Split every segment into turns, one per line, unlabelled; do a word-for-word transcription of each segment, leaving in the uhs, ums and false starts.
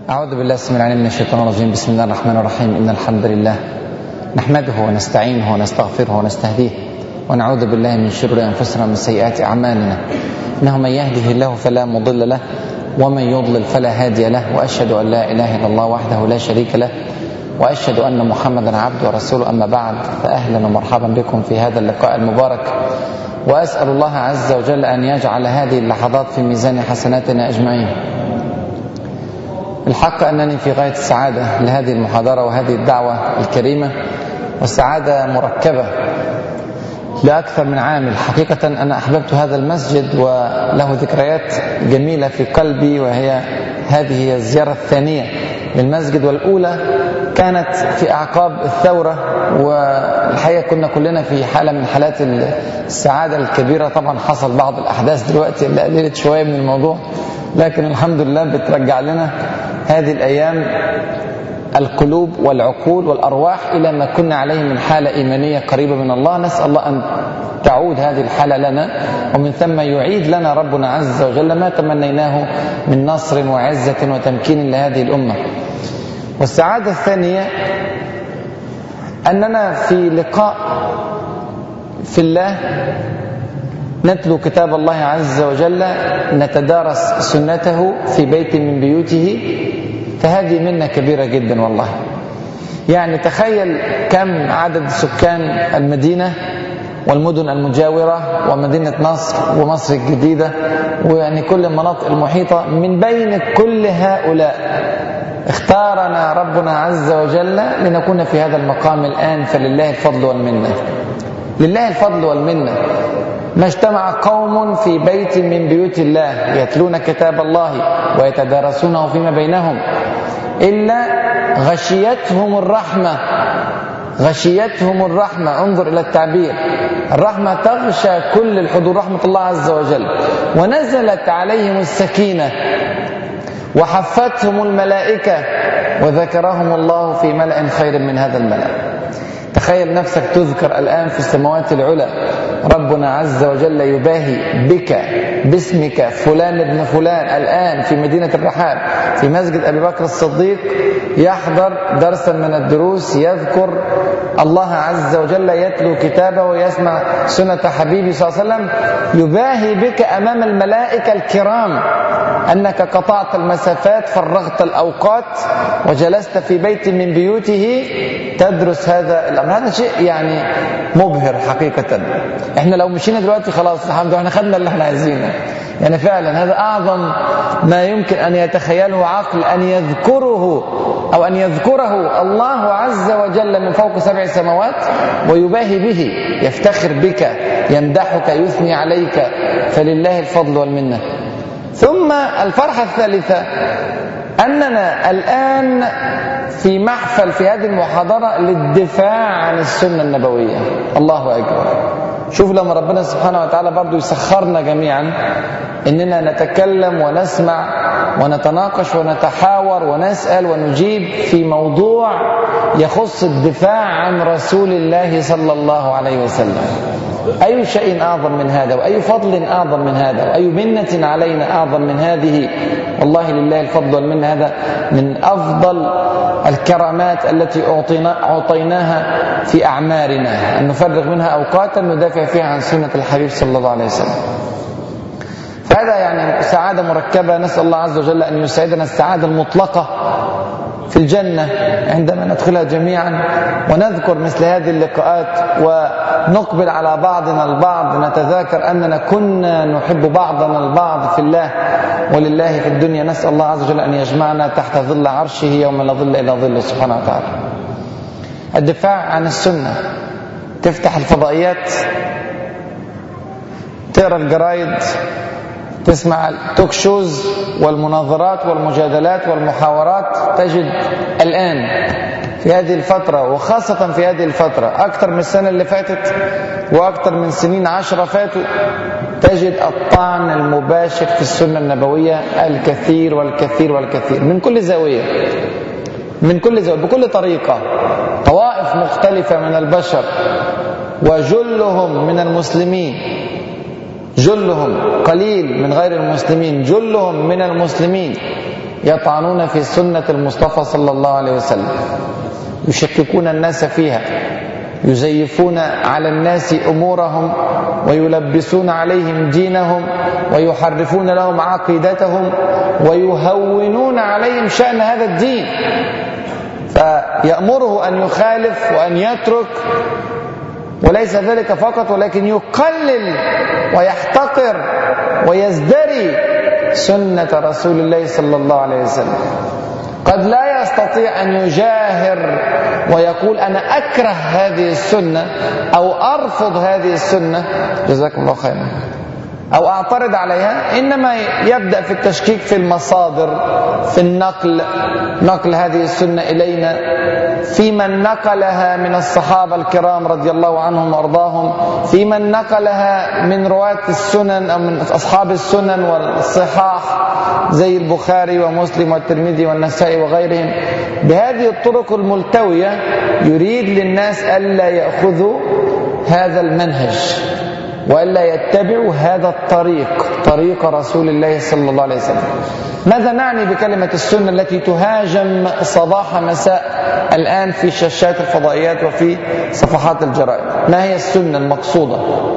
أعوذ بالله السميع العليم من الشيطان الرجيم. بسم الله الرحمن الرحيم. إن الحمد لله نحمده ونستعينه ونستغفره ونستهديه ونعوذ بالله من شرور أنفسنا ومن سيئات أعمالنا. إنه من يهده الله فلا مضل له ومن يضلل فلا هادي له، وأشهد أن لا إله إلا الله وحده لا شريك له، وأشهد أن محمدا عبده ورسوله. أما بعد، فأهلا ومرحبا بكم في هذا اللقاء المبارك، وأسأل الله عز وجل أن يجعل هذه اللحظات في ميزان حسناتنا أجمعين. الحق أنني في غاية السعادة لهذه المحاضرة وهذه الدعوة الكريمة، والسعادة مركبة لأكثر من عامل. حقيقة أنا أحببت هذا المسجد وله ذكريات جميلة في قلبي، وهي هذه هي الزيارة الثانية للمسجد، والأولى كانت في أعقاب الثورة، والحقيقة كنا كلنا في حالة من حالات السعادة الكبيرة. طبعا حصل بعض الأحداث دلوقتي اللي قللت شوية من الموضوع، لكن الحمد لله بترجع لنا هذه الأيام القلوب والعقول والأرواح إلى ما كنا عليه من حالة إيمانية قريبة من الله. نسأل الله أن تعود هذه الحالة لنا، ومن ثم يعيد لنا ربنا عز وجل ما تمنيناه من نصر وعزة وتمكين لهذه الأمة. والسعادة الثانية أننا في لقاء في الله نتلو كتاب الله عز وجل، نتدارس سنته في بيت من بيوته، فهذه منة كبيرة جدا والله. يعني تخيل كم عدد سكان المدينة والمدن المجاورة ومدينة نصر ومصر الجديدة، ويعني كل المناطق المحيطة. من بين كل هؤلاء اختارنا ربنا عز وجل لنكون في هذا المقام الآن، فلله الفضل والمنة. لله الفضل والمنة. ما اجتمع قوم في بيت من بيوت الله يتلون كتاب الله ويتدارسونه فيما بينهم إلا غشيتهم الرحمة. غشيتهم الرحمة، انظر إلى التعبير، الرحمة تغشى كل الحضور، رحمة الله عز وجل. ونزلت عليهم السكينة وحفتهم الملائكة وذكرهم الله في ملأ خير من هذا الملأ. تخيل نفسك تذكر الآن في السماوات العلى، ربنا عز وجل يباهي بك باسمك فلان ابن فلان الآن في مدينة الرحاب في مسجد أبي بكر الصديق، يحضر درسا من الدروس، يذكر الله عز وجل، يتلو كتابه ويسمع سنة حبيبي صلى الله عليه وسلم، يباهي بك أمام الملائكة الكرام أنك قطعت المسافات، فرغت الأوقات، وجلست في بيت من بيوته تدرس هذا الأمر. هذا شيء يعني مبهر حقيقة. احنا لو مشينا دلوقتي خلاص الحمد لله احنا خدنا اللي احنا عايزينه. يعني فعلا هذا أعظم ما يمكن أن يتخيله عقل، أن يذكره أو أن يذكره الله عز وجل من فوق سبع سماوات ويباهي به، يفتخر بك، يمدحك، يثني عليك، فلله الفضل والمنة. ثم الفرحة الثالثة أننا الآن في محفل في هذه المحاضرة للدفاع عن السنة النبوية. الله أكبر. شوف لما ربنا سبحانه وتعالى برضو يسخرنا جميعا إننا نتكلم ونسمع ونتناقش ونتحاور ونسأل ونجيب في موضوع يخص الدفاع عن رسول الله صلى الله عليه وسلم. أي شيء أعظم من هذا، وأي فضل أعظم من هذا، وأي منة علينا أعظم من هذه. والله لله الفضل والمنة. هذا من أفضل الكرامات التي أعطيناها في أعمارنا، أن نفرغ منها أوقاتا ندافع فيها عن سنة الحبيب صلى الله عليه وسلم. فهذا يعني سعادة مركبة. نسأل الله عز وجل أن يسعدنا السعادة المطلقة في الجنة عندما ندخلها جميعا، ونذكر مثل هذه اللقاءات ونقبل على بعضنا البعض، نتذاكر أننا كنا نحب بعضنا البعض في الله ولله في الدنيا. نسأل الله عز وجل أن يجمعنا تحت ظل عرشه يوم لا ظل إلا ظله سبحانه وتعالى. الدفاع عن السنة. تفتح الفضائيات، تقرأ الجرايد، تسمع التوك شوز والمناظرات والمجادلات والمحاورات، تجد الآن في هذه الفترة، وخاصة في هذه الفترة أكثر من السنة اللي فاتت وأكثر من سنين عشرة فاتوا، تجد الطعن المباشر في السنة النبوية الكثير والكثير والكثير من كل زاوية، من كل زاوية، بكل طريقة. طوائف مختلفة من البشر وجلهم من المسلمين، جلهم قليل من غير المسلمين، جلهم من المسلمين يطعنون في سنة المصطفى صلى الله عليه وسلم، يشككون الناس فيها، يزيفون على الناس أمورهم، ويلبسون عليهم دينهم، ويحرفون لهم عقيدتهم، ويهونون عليهم شأن هذا الدين. فيأمره أن يخالف وأن يترك، وليس ذلك فقط، ولكن يقلل ويحتقر ويزدري سنة رسول الله صلى الله عليه وسلم. قد لا يستطيع أن يجاهر ويقول أنا أكره هذه السنة أو أرفض هذه السنة، جزاكم الله خيرا، أو أعترض عليها، إنما يبدأ في التشكيك في المصادر، في النقل، نقل هذه السنة إلينا، في من نقلها من الصحابة الكرام رضي الله عنهم وأرضاهم، في من نقلها من رواة السنن أو من أصحاب السنن والصحاح زي البخاري ومسلم والترمذي والنسائي وغيرهم. بهذه الطرق الملتوية يريد للناس ألا يأخذوا هذا المنهج وألا يتبعوا هذا الطريق، طريق رسول الله صلى الله عليه وسلم. ماذا نعني بكلمة السنة التي تهاجم صباح مساء الآن في شاشات الفضائيات وفي صفحات الجرائد؟ ما هي السنة المقصودة؟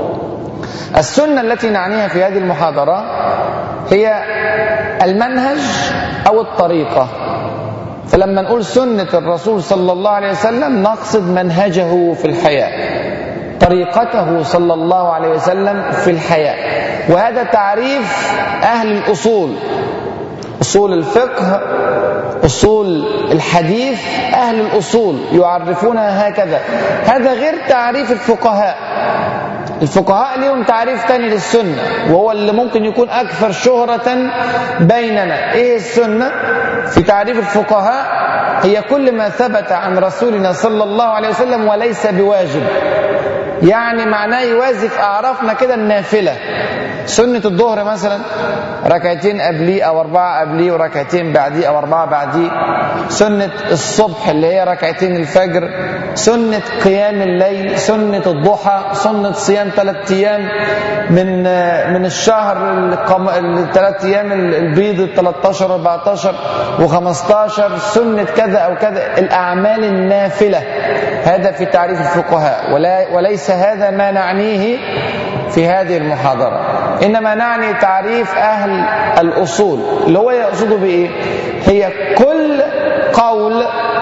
السنة التي نعنيها في هذه المحاضرة هي المنهج أو الطريقة. فلما نقول سنة الرسول صلى الله عليه وسلم نقصد منهجه في الحياة، طريقته صلى الله عليه وسلم في الحياة. وهذا تعريف أهل الأصول، أصول الفقه، أصول الحديث، أهل الأصول يعرفونها هكذا. هذا غير تعريف الفقهاء. الفقهاء لهم تعريف تاني للسنة، وهو اللي ممكن يكون أكثر شهرة بيننا. إيه السنة؟ في تعريف الفقهاء هي كل ما ثبت عن رسولنا صلى الله عليه وسلم وليس بواجب، يعني معناه يوازي في أعرافنا كده النافلة. سنة الظهر مثلا ركعتين قبليه أو أربعة قبليه وركعتين بعديه أو أربعة بعديه. سنة الصبح اللي هي ركعتين الفجر. سنة قيام الليل، سنة الضحى، سنة صيام ثلاث أيام من من الشهر، الثلاث أيام البيض الثلاثة عشر أربعة عشر وخمسة عشر، سنة كذا أو كذا، الأعمال النافلة. هذا في تعريف الفقهاء، ولا وليس هذا ما نعنيه في هذه المحاضرة، إنما نعني تعريف أهل الأصول اللي هو يقصده بإيه؟ هي كل قول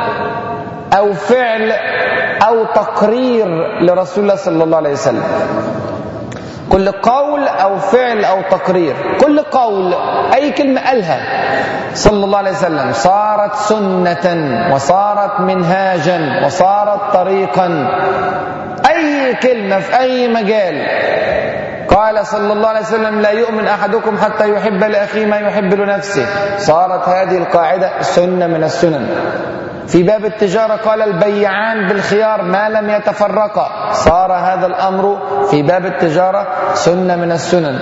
أو فعل أو تقرير لرسول الله صلى الله عليه وسلم. كل قول أو فعل أو تقرير، كل قول أي كلمة قالها صلى الله عليه وسلم صارت سنة وصارت منهاجا وصارت طريقا. أي كلمة في أي مجال قال صلى الله عليه وسلم لا يؤمن أحدكم حتى يحب لأخيه ما يحب لنفسه، صارت هذه القاعدة سنة من السنن. في باب التجارة قال البيعان بالخيار ما لم يتفرقا، صار هذا الأمر في باب التجارة سنة من السنن.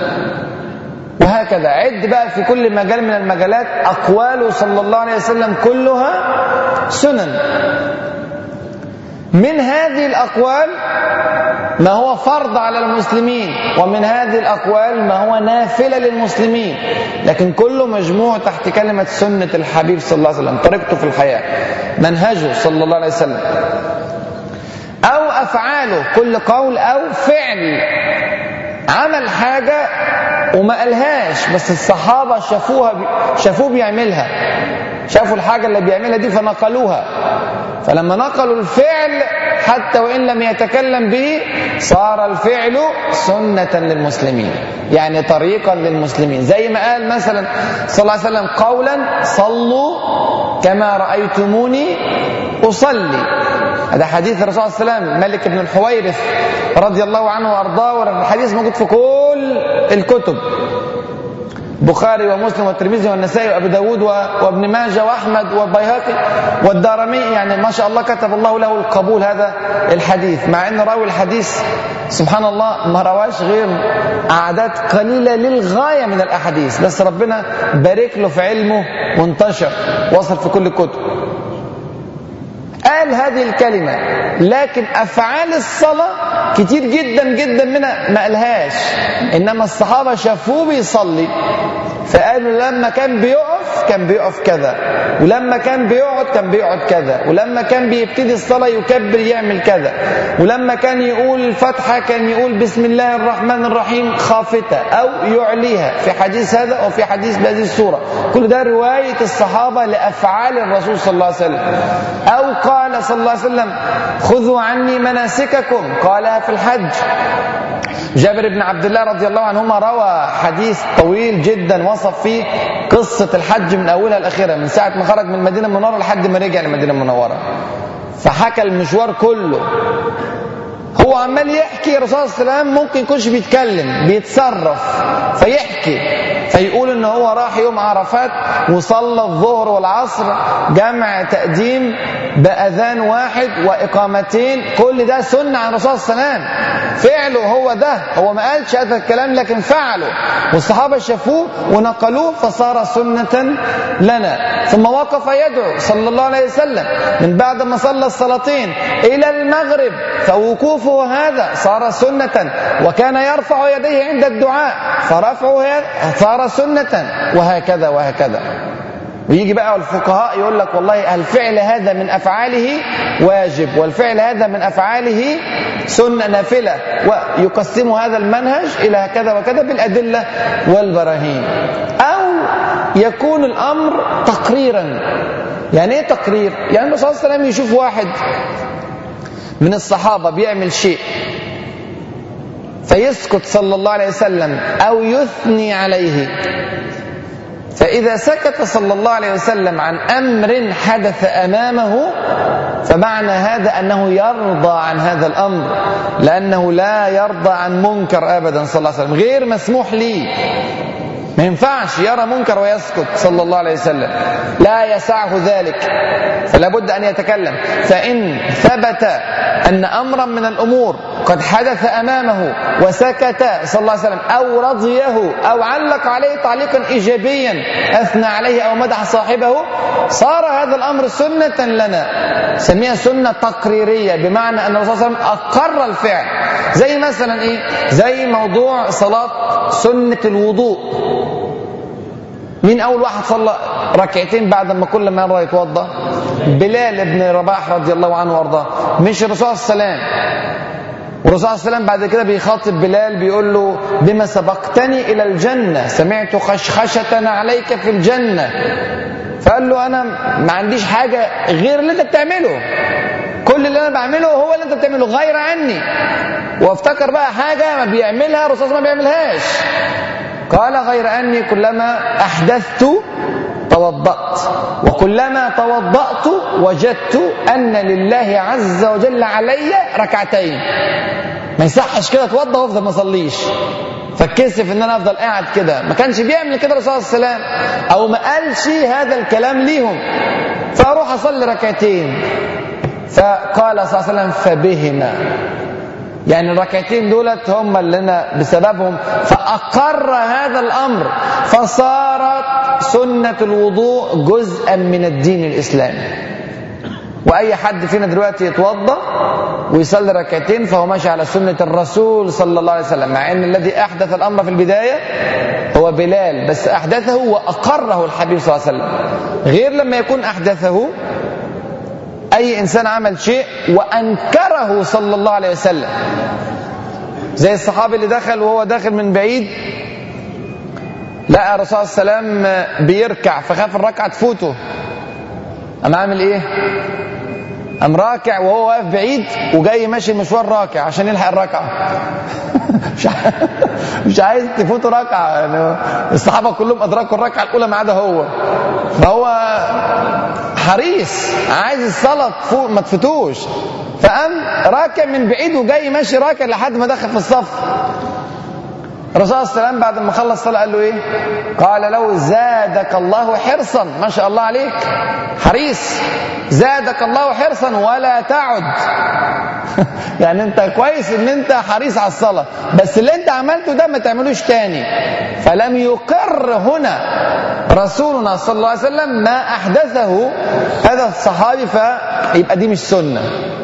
وهكذا عد بقى في كل مجال من المجالات أقواله صلى الله عليه وسلم كلها سنن. من هذه الأقوال ما هو فرض على المسلمين، ومن هذه الأقوال ما هو نافلة للمسلمين، لكن كله مجموع تحت كلمة سنة الحبيب صلى الله عليه وسلم، طريقته في الحياة، منهجه صلى الله عليه وسلم. أو أفعاله، كل قول أو فعل عمل حاجة وما قالهاش بس الصحابة شافوها شافوه بيعملها، شافوا الحاجة اللي بيعملها دي فنقلوها، فلما نقلوا الفعل حتى وإن لم يتكلم به صار الفعل سنة للمسلمين، يعني طريقا للمسلمين. زي ما قال مثلا صلى الله عليه وسلم قولا صلوا كما رأيتموني أصلي. هذا حديث الرسول صلى الله عليه وسلم مالك بن الحويرث رضي الله عنه وأرضاه، والحديث موجود في كل الكتب، بخاري ومسلم والترمذي والنسائي وابي داود وابن ماجه واحمد والبيهقي والدارمي. يعني ما شاء الله كتب الله له القبول هذا الحديث، مع ان راوي الحديث سبحان الله ما رواش غير اعداد قليله للغايه من الاحاديث، بس ربنا بارك له في علمه وانتشر وصل في كل الكتب. قال هذه الكلمة، لكن أفعال الصلاة كتير جدا جدا منها ما قالهاش، إنما الصحابة شافوه بيصلي فقالوا لما كان بيقف بيقف كان بيقف كذا، ولما كان بيقعد كان بيقعد كذا، ولما كان بيبتدي الصلاة يكبر يعمل كذا، ولما كان يقول الفاتحة كان يقول بسم الله الرحمن الرحيم خافتة أو يعليها في حديث هذا أو في حديث بهذه الصورة. كل ده رواية الصحابة لأفعال الرسول صلى الله عليه وسلم. أو قال صلى الله عليه وسلم خذوا عني مناسككم، قالها في الحج. جابر بن عبد الله رضي الله عنهما روى حديث طويل جدا وصف فيه قصة الحج من أولها لآخرها، من ساعة ما خرج من المدينة المنورة لحد ما رجع للمدينة المنورة، فحكى المشوار كله. هو عمال يحكي، الرسول صلى الله عليه وسلم ممكن يكونش بيتكلم، بيتصرف فيحكي، فيقول ان هو راح يوم عرفات وصلى الظهر والعصر جمع تقديم بأذان واحد وإقامتين، كل ده سنة عن الرسول صلى الله عليه وسلم، فعله هو ده، هو ما قالش هذا الكلام لكن فعله، والصحابة شافوه ونقلوه فصار سنة لنا. ثم وقف يدعو صلى الله عليه وسلم من بعد ما صلى الصلاتين إلى المغرب، فوقوفه هذا صار سنة، وكان يرفع يديه عند الدعاء فرفعه صار سنة، وهكذا وهكذا. ويجي بقى الفقهاء يقول لك والله الفعل هذا من أفعاله واجب، والفعل هذا من أفعاله سنة نافلة، ويقسم هذا المنهج إلى كذا وكذا بالأدلة والبراهين. أو يكون الأمر تقريرا. يعني إيه تقرير؟ يعني الرسول صلى الله عليه وسلم يشوف واحد من الصحابة بيعمل شيء فيسكت صلى الله عليه وسلم أو يثني عليه، فإذا سكت صلى الله عليه وسلم عن أمر حدث أمامه فمعنى هذا أنه يرضى عن هذا الأمر، لأنه لا يرضى عن منكر أبدا صلى الله عليه وسلم، غير مسموح لي، ما ينفعش يرى منكر ويسكت صلى الله عليه وسلم، لا يسعه ذلك، فلا بد أن يتكلم. فإن ثبت أن أمرا من الأمور قد حدث أمامه وسكت صلى الله عليه وسلم أو رضيه أو علق عليه تعليقا إيجابيا أثنى عليه أو مدح صاحبه، صار هذا الأمر سنة لنا، سميها سنة تقريرية، بمعنى أن الرسول صلى الله عليه وسلم أقر الفعل. زي مثلا إيه؟ زي موضوع صلاة سنة الوضوء. مين أول واحد صلى ركعتين بعد ما كل مرة يتوضأ؟ بلال بن رباح رضي الله عنه وارضاه، مش الرسول صلى الله عليه وسلم. والرسول صلى الله عليه وسلم بعد كده بيخاطب بلال بيقول له بما سبقتني إلى الجنة، سمعت خشخشة عليك في الجنة. فقال له أنا ما عنديش حاجة غير اللي أنت بتعمله، كل اللي أنا بعمله هو اللي أنت بتعمله غير عني. وافتكر بقى حاجة ما بيعملها الرسول ما بيعملهاش، قال غير أني كلما أحدثت توضأت، وكلما توضأت وجدت أن لله عز وجل علي ركعتين. ما يصحش كده اتوضى وافضل ما اصليش فاتكسف ان انا افضل قاعد كده، ما كانش بيعمل كده الرسول صلى الله عليه وسلم، او ما قالش هذا الكلام ليهم، فاروح اصلي ركعتين. فقال صلى الله عليه وسلم فبهما، يعني الركعتين دولت هم اللي انا بسببهم فاقر هذا الامر، فصارت سنة الوضوء جزءا من الدين الاسلامي. واي حد فينا دلوقتي يتوضا ويصلي ركعتين فهو ماشي على سنة الرسول صلى الله عليه وسلم، مع ان الذي احدث الامر في البداية هو بلال، بس احدثه واقره الحبيب صلى الله عليه وسلم، غير لما يكون احدثه اي انسان عمل شيء وانكره صلى الله عليه وسلم، زي الصحابي اللي دخل وهو داخل من بعيد لقى الرسول صلى الله عليه وسلم بيركع فخاف الركعه تفوته، قام عامل ايه؟ قام راكع وهو واقف بعيد وجاي ماشي المشوار راكع عشان يلحق الركعه مش مش عايز تفوته ركعه، يعني الصحابه كلهم ادركوا الركعه الاولى ما عدا هو، فهو حريص عايز الصلاه فوق ما تفوتوش، فقام راكع من بعيد وجاي ماشي راكع لحد ما دخل في الصف. الرسول صلى الله عليه وسلم بعد ما خلص الصلاه قال له ايه؟ قال له زادك الله حرصا، ما شاء الله عليك حريص، زادك الله حرصا ولا تعد يعني انت كويس ان انت حريص على الصلاه، بس اللي انت عملته ده ما تعملوش تاني. فلم يقر هنا رسولنا صلى الله عليه وسلم ما احدثه هذا الصحابي، فيبقى دي مش سنه.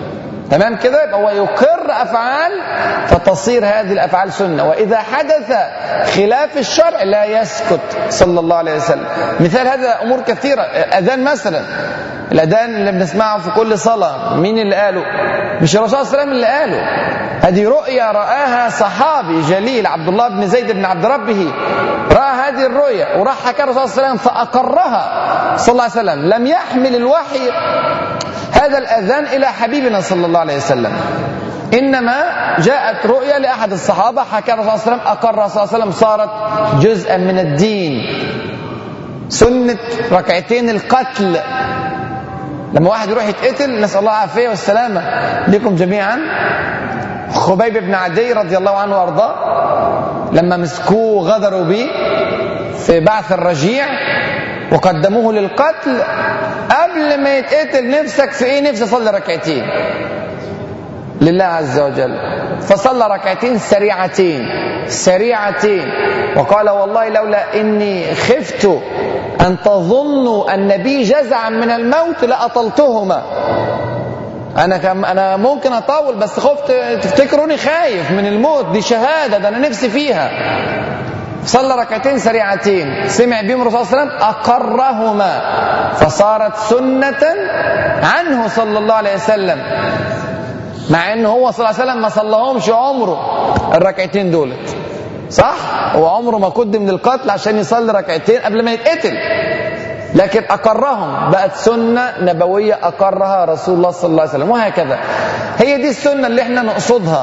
تمام كده؟ يبقى هو يقر أفعال فتصير هذه الأفعال سنة، وإذا حدث خلاف الشرع لا يسكت صلى الله عليه وسلم. مثال هذا أمور كثيرة. أذان مثلا، الأذان اللي بنسمعه في كل صلاة مين اللي قاله؟ مش الرسول صلى الله عليه وسلم اللي قاله، هذه رؤيا رآها صحابي جليل عبد الله بن زيد بن عبد ربه، رأى هذه الرؤيا وراح حكى الرسول صلى الله عليه وسلم فأقرها صلى الله عليه وسلم. لم يحمل الوحي هذا الأذان إلى حبيبنا صلى الله عليه وسلم، إنما جاءت رؤيا لأحد الصحابة حكى الرسول صلى الله عليه وسلم، أقرها صلى الله عليه وسلم، صارت جزءا من الدين. سنة ركعتين القتل، لما واحد يروح يتقتل، نسأل الله العافية والسلامة لكم جميعا. خبيب بن عدي رضي الله عنه وارضاه لما مسكوه غدروا به في بعث الرجيع وقدموه للقتل، قبل ما يتقتل نفسك في ايه؟ نفسي اصلي ركعتين لله عز وجل، فصلى ركعتين سريعتين سريعتين وقال والله لولا اني خفت ان تظنوا ان بي جزعا من الموت لاطلتهما. انا كم انا ممكن اطول بس خفت تفتكروني خايف من الموت، دي شهاده ده انا نفسي فيها. صلى ركعتين سريعتين، سمع بهم الرسول صلى الله عليه وسلم اقرهما، فصارت سنه عنه صلى الله عليه وسلم، مع انه هو صلى الله عليه وسلم ما صلىهمش عمره الركعتين دولت، صح؟ هو عمره ما قدم للقتل عشان يصلي ركعتين قبل ما يتقتل، لكن أقرهم، بقت سنة نبوية أقرها رسول الله صلى الله عليه وسلم. وهكذا هي دي السنة اللي احنا نقصدها،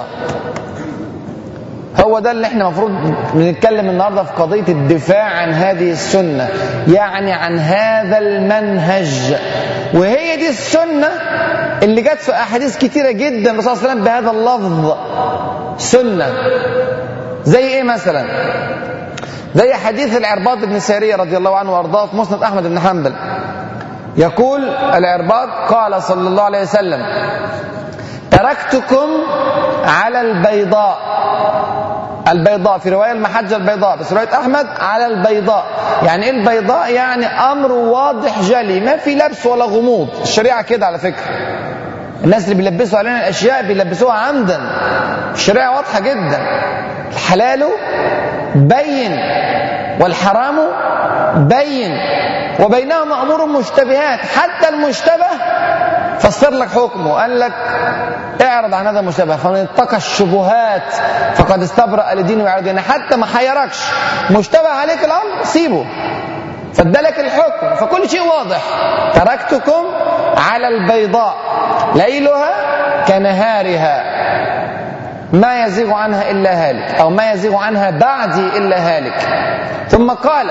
هو ده اللي احنا مفروض بنتكلم النهاردة في قضية الدفاع عن هذه السنة، يعني عن هذا المنهج. وهي دي السنة اللي جت في أحاديث كتيرة جدا الرسول صلى الله عليه وسلم بهذا اللفظ سنة. زي ايه مثلا؟ زي حديث العرباض بن سارية رضي الله عنه وارضاه في مسند أحمد بن حنبل، يقول العرباض قال صلى الله عليه وسلم تركتكم على البيضاء، البيضاء في رواية المحجة البيضاء، بس رواية أحمد على البيضاء. يعني ايه البيضاء؟ يعني أمر واضح جلي ما في لبس ولا غموض. الشريعة كده على فكرة، الناس اللي بيلبسوا علينا الأشياء بيلبسوها عمدا، الشريعة واضحة جدا، الحلال بين والحرام بين وبينهما أمور مشتبهات، حتى المشتبه فسر لك حكمه، قال لك اعرض عن هذا المشتبه، فمن اتقى الشبهات فقد استبرأ لدينه وعرضه. يعني حتى ما حيركش، مشتبه عليك الأمر سيبه، فادلك الحكم، فكل شيء واضح. تركتكم على البيضاء ليلها كنهارها ما يزيغ عنها إلا هالك، أو ما يزيغ عنها بعدي إلا هالك. ثم قال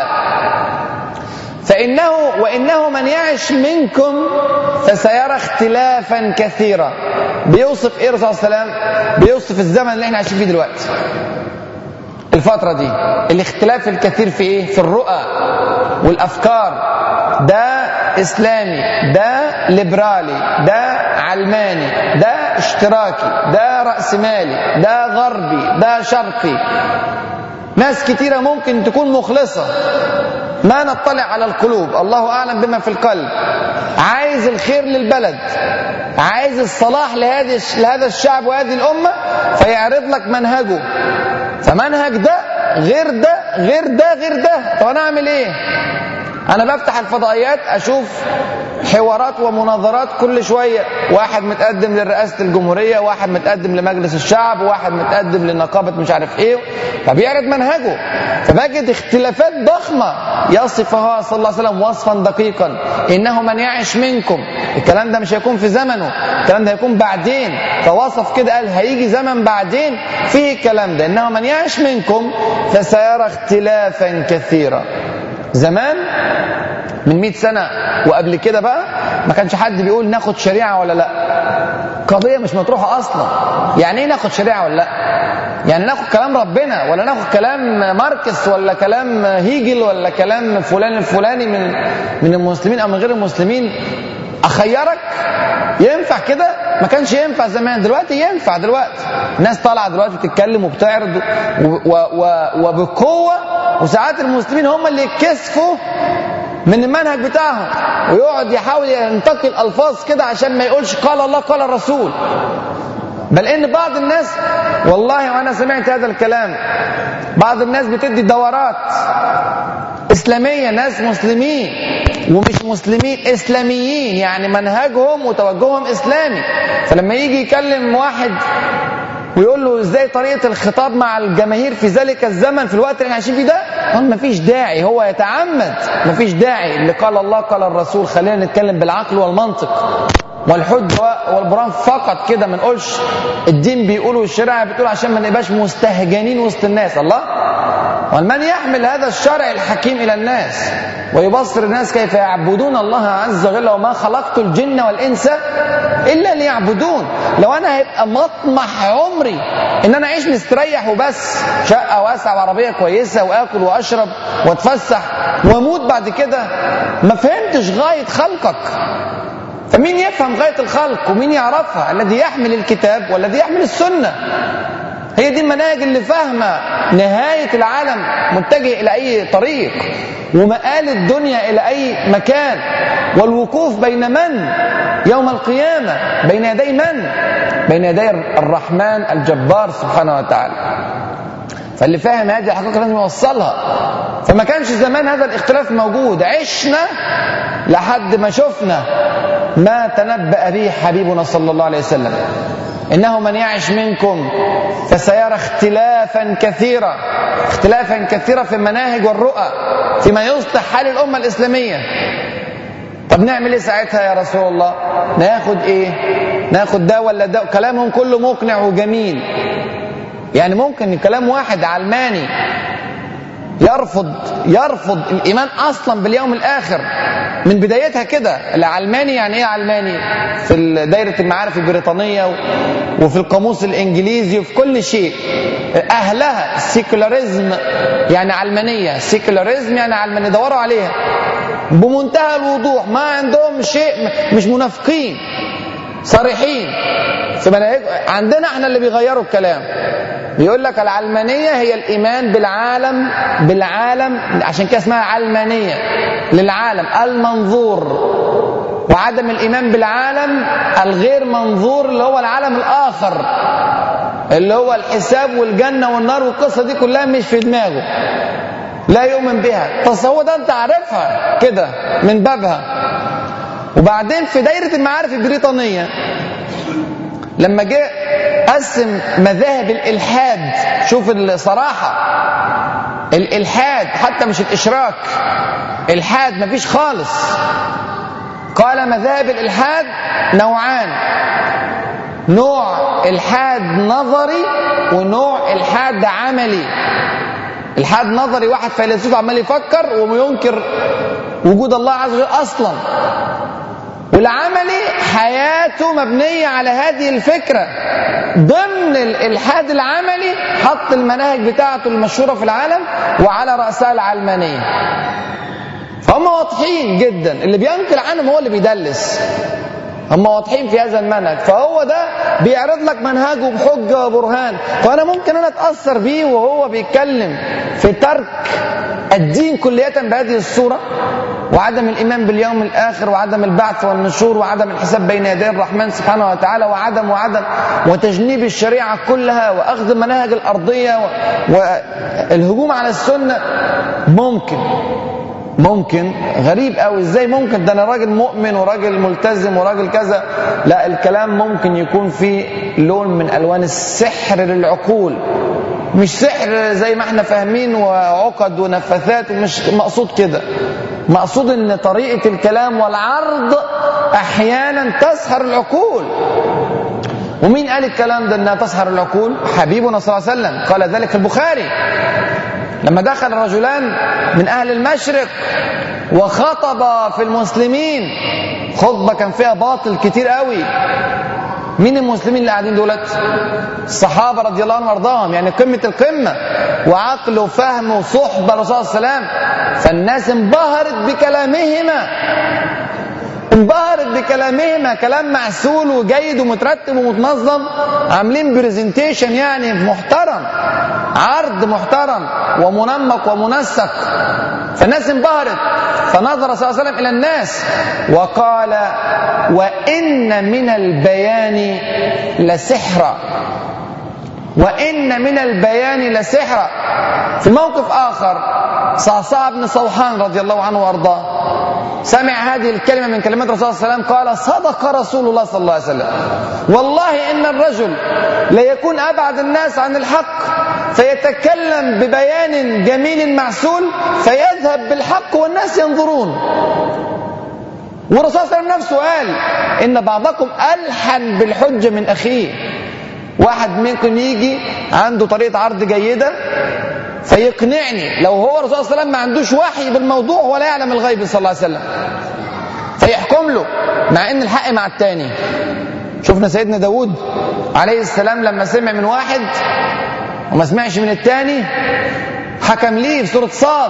فإنه وإنه من يعش منكم فسيرى اختلافا كثيرا. بيوصف إيه الرسول صلى الله عليه وسلم؟ بيوصف الزمن اللي احنا عايشين فيه دلوقتي، الفترة دي، الاختلاف الكثير في إيه؟ في الرؤى والأفكار، ده إسلامي، ده ليبرالي، ده علماني، ده اشتراكي، ده رأسمالي، ده غربي، ده شرقي. ناس كتيرة ممكن تكون مخلصة، ما نطلع على القلوب، الله أعلم بما في القلب، عايز الخير للبلد، عايز الصلاح لهذه لهذا الشعب وهذه الأمة، فيعرض لك منهجه، فمنهج ده غير ده غير ده غير ده. طب أنا أعمل إيه؟ أنا بفتح الفضائيات أشوف حوارات ومناظرات كل شوية، واحد متقدم لرئاسة الجمهورية، واحد متقدم لمجلس الشعب، واحد متقدم لنقابة مش عارف إيه، فبيعرض منهجه، فبجد اختلافات ضخمة يصفها صلى الله عليه وسلم وصفا دقيقا، إنه من يعش منكم. الكلام ده مش هيكون في زمنه، الكلام ده هيكون بعدين، فوصف كده قال هيجي زمن بعدين فيه الكلام ده، إنه من يعش منكم فسيرى اختلافا كثيرا. زمان من مئة سنة وقبل كده بقى ما كانش حد بيقول ناخد شريعة ولا لا، قضية مش مطروحة أصلا. يعني ايه ناخد شريعة ولا لا؟ يعني ناخد كلام ربنا ولا ناخد كلام ماركس ولا كلام هيجل ولا كلام فلان الفلاني من من المسلمين أو من غير المسلمين؟ أخيرك ينفع كده؟ ما كانش ينفع زمان، دلوقتي ينفع. دلوقتي الناس طالعة دلوقتي بتتكلم وبتعرض وبقوة، وساعات المسلمين هم اللي يتكسفوا من المنهج بتاعهم، ويقعد يحاول ينتقي الألفاظ كده عشان ما يقولش قال الله قال الرسول. بل ان بعض الناس والله وانا سمعت هذا الكلام، بعض الناس بتدي دورات اسلاميه، ناس مسلمين ومش مسلمين، اسلاميين يعني منهجهم وتوجههم اسلامي، فلما يجي يكلم واحد ويقول له ازاي طريقه الخطاب مع الجماهير في ذلك الزمن في الوقت اللي احنا عايشين فيه ده، هو مفيش داعي، هو يتعمد، مفيش داعي اللي قال الله قال الرسول، خلينا نتكلم بالعقل والمنطق والحجه والبرهان فقط كده، ما نقولش الدين بيقول والشريعه بتقول عشان ما نبقاش مستهجنين وسط الناس. الله، ومن يحمل هذا الشرع الحكيم الى الناس ويبصر الناس كيف يعبدون الله عز وجل، وما خلقت الجن والانس الا ليعبدون. لو انا هيبقى مطمح عمري ان انا اعيش مستريح وبس، شقه واسعه وعربيه كويسه واكل واشرب واتفسح واموت بعد كده، ما فهمتش غايه خلقك. فمين يفهم غايه الخلق ومين يعرفها؟ الذي يحمل الكتاب والذي يحمل السنه. هي دي المناهج اللي فاهمه نهايه العالم متجه الى اي طريق، ومآل الدنيا الى اي مكان، والوقوف بين من يوم القيامه، بين يدي من؟ بين يدي الرحمن الجبار سبحانه وتعالى. فاللي فاهم هذه الحقيقه لازم يوصلها. فما كانش زمان هذا الاختلاف موجود، عشنا لحد ما شفنا ما تنبأ به حبيبنا صلى الله عليه وسلم، إنه من يعش منكم فسيرى اختلافا كثيرا، اختلافا كثيرا في المناهج والرؤى فيما يصلح حال الأمة الإسلامية. طب نعمل ايه ساعتها يا رسول الله؟ ناخد ايه؟ ناخد ده ولا ده؟ كلامهم كله مقنع وجميل، يعني ممكن كلام واحد علماني يرفض يرفض الإيمان أصلا باليوم الآخر من بدايتها كده. العلماني يعني ايه علماني؟ في دائرة المعارف البريطانية وفي القاموس الإنجليزي وفي كل شيء، أهلها السيكولاريزم يعني علمانية، السيكولاريزم يعني علمانية، دوروا عليها بمنتهى الوضوح، ما عندهم شيء، مش منافقين، صريحين في مناهج. عندنا احنا اللي بيغيروا الكلام، بيقول لك العلمانية هي الإيمان بالعالم بالعالم عشان كده اسمها علمانية، للعالم المنظور، وعدم الإيمان بالعالم الغير منظور اللي هو العالم الآخر، اللي هو الحساب والجنة والنار والقصة دي كلها مش في دماغه، لا يؤمن بها. تصور ده انت عارفها كده من بابها. وبعدين في دائرة المعارف البريطانية لما جاء قسم مذاهب الإلحاد، شوف الصراحة، الإلحاد حتى مش الإشراك، إلحاد مفيش خالص. قال مذاهب الإلحاد نوعان، نوع إلحاد نظري ونوع إلحاد عملي. إلحاد نظري واحد فيلسوف عمال يفكر وينكر وجود الله عز وجل أصلا، والعملي حياته مبنية على هذه الفكرة. ضمن الإلحاد العملي حط المناهج بتاعته المشهورة في العالم وعلى رأسها العلمانية. فهم واضحين جدا، اللي بينقل عنهم هو اللي بيدلس، هم واضحين في هذا المنهج. فهو ده بيعرض لك منهجه بحجة وبرهان، فأنا ممكن أنا أتأثر بيه وهو بيتكلم في ترك الدين كلية بهذه الصورة، وعدم الإيمان باليوم الآخر، وعدم البعث والنشور، وعدم الحساب بين يدي الرحمن سبحانه وتعالى، وعدم وعدم وتجنيب الشريعة كلها، وأخذ المناهج الأرضية والهجوم على السنة. ممكن ممكن غريب قوي، ازاي ممكن؟ ده انا راجل مؤمن وراجل ملتزم وراجل كذا. لا، الكلام ممكن يكون فيه لون من الوان السحر للعقول، مش سحر زي ما احنا فاهمين وعقد ونفاثات، مش مقصود كده. مقصود ان طريقة الكلام والعرض احيانا تسحر العقول. ومين قال الكلام ده انها تسحر العقول؟ حبيبنا صلى الله عليه وسلم قال ذلك في البخاري لما دخل رجلان من أهل المشرق وخطب في المسلمين خطبة كان فيها باطل كتير قوي. مين المسلمين اللي قاعدين دولت؟ الصحابة رضي الله عنهم وارضاهم، يعني قمة القمة، وعقل وفهم وصحبة الرسول صلى الله عليه وسلم. فالناس انبهرت بكلامهما، انبهرت بكلامهما، كلام معسول وجيد ومترتب ومتنظم، عاملين برزنتيشن يعني محترم. عرض محترم ومنمق ومنسق، فالناس انبهرت. فنظر صلى الله عليه وسلم إلى الناس وقال: وإن من البيان لسحرا، وإن من البيان لسحرا. في موقف آخر صعصع بن صوحان رضي الله عنه وأرضاه سمع هذه الكلمة من كلمات رسول الله صلى الله عليه وسلم، قال: صدق رسول الله صلى الله عليه وسلم، والله إن الرجل ليكون أبعد الناس عن الحق فيتكلم ببيان جميل معسول فيذهب بالحق والناس ينظرون. والرسول صلى الله عليه وسلم نفسه قال: إن بعضكم ألحن بالحجة من أخيه. واحد منكم يجي عنده طريقة عرض جيدة فيقنعني، لو هو الرسول صلى الله عليه وسلم ما عندوش وحي بالموضوع ولا يعلم الغيب صلى الله عليه وسلم، فيحكم له مع ان الحق مع التاني. شفنا سيدنا داود عليه السلام لما سمع من واحد وما سمعش من التاني حكم ليه في سورة صاد: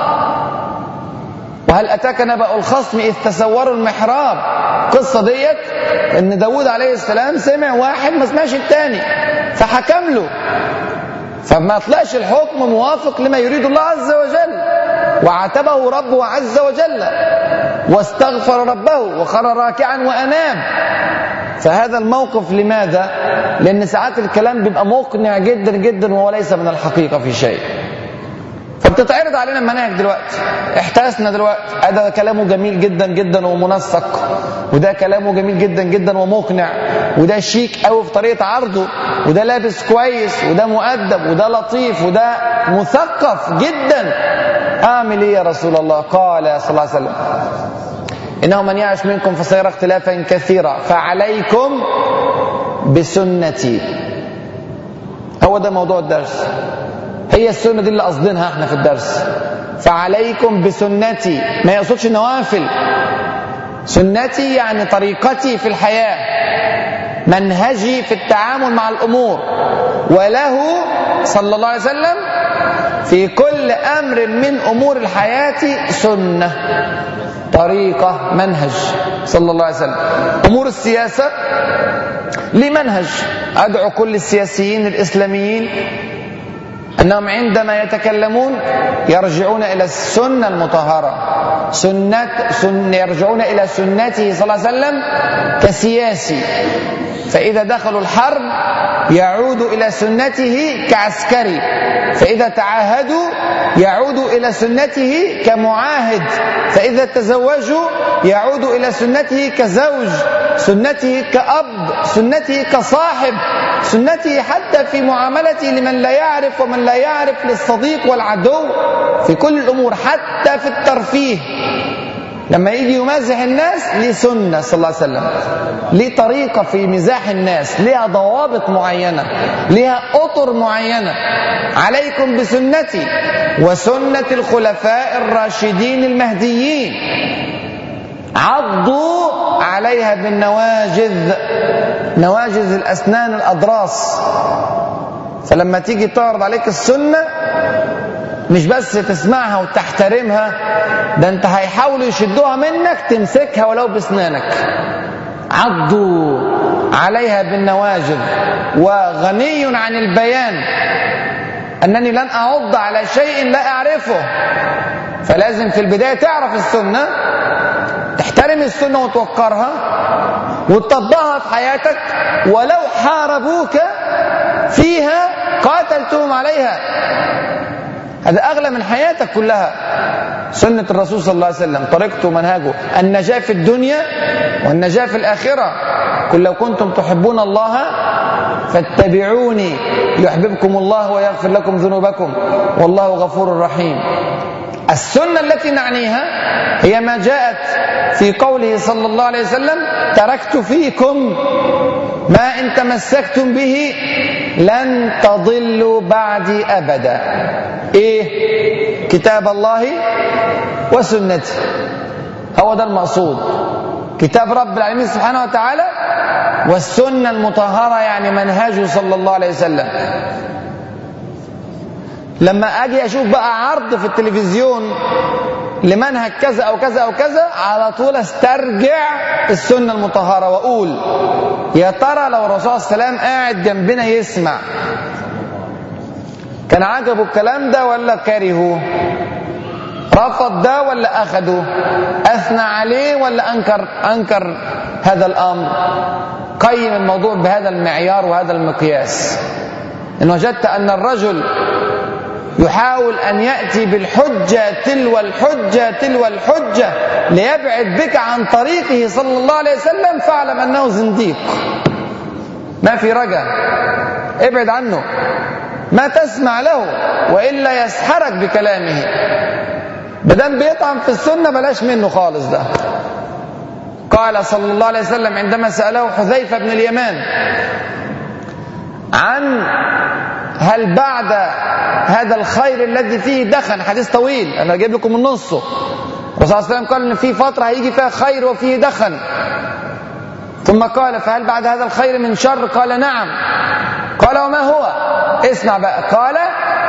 وهل أتاك نبأ الخصم إذ تسوروا المحراب. قصة ديت ان داود عليه السلام سمع واحد ما سمعش التاني فحكم له، فما طلعش الحكم موافق لما يريد الله عز وجل، وعاتبه ربه عز وجل واستغفر ربه وخر راكعا وأناب. فهذا الموقف لماذا؟ لأن ساعات الكلام بيبقى مقنع جدا جدا وهو ليس من الحقيقة في شيء. فبتتعرض علينا المناهج دلوقتي، احتاسنا دلوقتي، هذا كلامه جميل جدا جدا ومنسق، وده كلامه جميل جدا جدا ومقنع، وده شيك قوي في طريقة عرضه، وده لابس كويس، وده مؤدب، وده لطيف، وده مثقف جدا. اعمل ايه يا رسول الله؟ قال صلى الله عليه وسلم: انه من يعش منكم فسيرى اختلافا كثيرا فعليكم بسنتي. هو ده موضوع الدرس، هي السنة دي اللي قصدينها احنا في الدرس. فعليكم بسنتي، ما يقصدش نوافل. سنتي يعني طريقتي في الحياة، منهجي في التعامل مع الأمور، وله صلى الله عليه وسلم في كل أمر من أمور الحياة سنة، طريقة، منهج صلى الله عليه وسلم. أمور السياسة ليه منهج. أدعو كل السياسيين الإسلاميين أنهم عندما يتكلمون يرجعون إلى السنة المطهرة، سنة سن يرجعون إلى سنته صلى الله عليه وسلم كسياسي. فإذا دخلوا الحرب يعودوا إلى سنته كعسكري، فإذا تعاهدوا يعودوا إلى سنته كمعاهد، فإذا تزوجوا يعودوا إلى سنته كزوج، سنته كأب، سنته كصاحب، سنته حتى في معاملته لمن لا يعرف ومن لا يعرف، للصديق والعدو، في كل الأمور، حتى في الترفيه. لما يجي يمازح الناس ليه سنة صلى الله عليه وسلم، ليه طريقة في مزاح الناس، ليها ضوابط معينة، ليها أطر معينة. عليكم بسنتي وسنة الخلفاء الراشدين المهديين، عضوا عليها بالنواجذ، نواجذ الأسنان الأضراس. فلما تيجي تعرض عليك السنة مش بس تسمعها وتحترمها، ده انت هيحاولوا يشدوها منك تمسكها ولو بسنانك. عضوا عليها بالنواجذ. وغني عن البيان أنني لن أعض على شيء لا أعرفه، فلازم في البداية تعرف السنة، تحترم السنة وتوقرها وتطبقها في حياتك، ولو حاربوك فيها قاتلتهم عليها. هذا أغلى من حياتك كلها. سنة الرسول صلى الله عليه وسلم، طريقته ومنهجه، النجاة في الدنيا والنجاة في الآخرة. قل لو كنتم تحبون الله فاتبعوني يحببكم الله ويغفر لكم ذنوبكم والله غفور رحيم. السنة التي نعنيها هي ما جاءت في قوله صلى الله عليه وسلم: تركت فيكم ما إن تمسكتم به لن تضلوا بعدي أبدا. إيه؟ كتاب الله وسنته، هو ده المقصود. كتاب رب العالمين سبحانه وتعالى، والسنة المطهرة يعني منهجه صلى الله عليه وسلم. لما أجي أشوف بقى عرض في التلفزيون لمنهج كذا أو كذا أو كذا، على طول استرجع السنة المطهرة وأقول يا ترى لو الرسول صلى الله عليه وسلم قاعد جنبنا يسمع كان عجبه الكلام ده ولا كرهه؟ رفض ده ولا أخده؟ أثنى عليه ولا أنكر أنكر هذا الأمر؟ قيم الموضوع بهذا المعيار وهذا المقياس. إن وجدت أن الرجل يحاول أن يأتي بالحجة تلو الحجة تلو الحجة ليبعد بك عن طريقه صلى الله عليه وسلم، فاعلم أنه زنديق، ما في رجاء، ابعد عنه، ما تسمع له وإلا يسحرك بكلامه. بدم بيطعن في السنة بلاش منه خالص ده. قال صلى الله عليه وسلم عندما سأله حذيفة بن اليمان عن هل بعد هذا الخير الذي فيه دخن، حديث طويل أنا أجيب لكم من نصه، الرسول صلى الله عليه وسلم قال إن في فترة هيجي فيها خير وفيه دخن، ثم قال فهل بعد هذا الخير من شر؟ قال نعم. قال وما هو؟ اسمع بقى. قال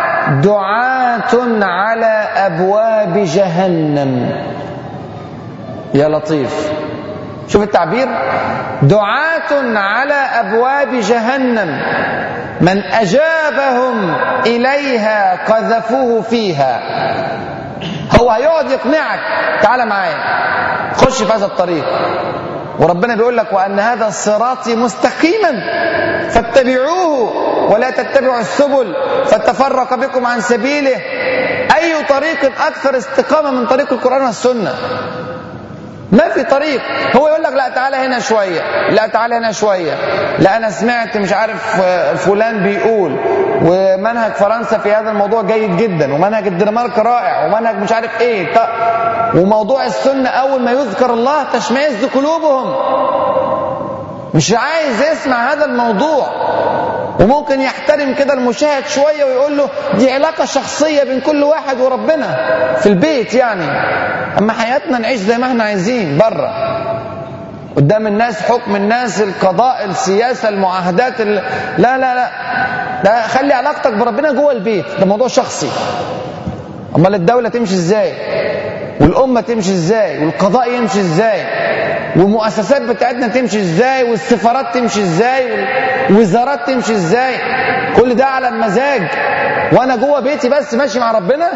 دعاة على أبواب جهنم. يا لطيف، شوف التعبير، دعاة على أبواب جهنم من أجابهم إليها قذفوه فيها. هو هيقعد يقنعك تعال معايا خش في هذا الطريق، وربنا بيقول لك وأن هذا صراطي مستقيما فاتبعوه ولا تتبعوا السبل فتفرق بكم عن سبيله. أي طريق أكثر استقامة من طريق القرآن والسنة؟ ما في طريق. هو يقول لك لا تعالى هنا شوية، لا تعالى هنا شوية، لا أنا سمعت مش عارف فلان بيقول، ومنهج فرنسا في هذا الموضوع جيد جدا، ومنهج الدنمارك رائع، ومنهج مش عارف ايه، وموضوع السنة أول ما يذكر الله تشمئز قلوبهم. مش عايز يسمع هذا الموضوع، وممكن يحترم كده المشاهد شوية ويقول له دي علاقة شخصية بين كل واحد وربنا في البيت يعني، أما حياتنا نعيش زي ما احنا عايزين بره قدام الناس، حكم الناس، القضاء، السياسة، المعاهدات ال... لا لا لا لا، خلي علاقتك بربنا جوه البيت، ده موضوع شخصي. أما الدولة تمشي ازاي، والأمة تمشي ازاي، والقضاء يمشي ازاي، والمؤسسات بتاعتنا تمشي ازاي، والسفارات تمشي ازاي، والوزارات تمشي ازاي، كل ده على المزاج وانا جوه بيتي بس ماشي مع ربنا.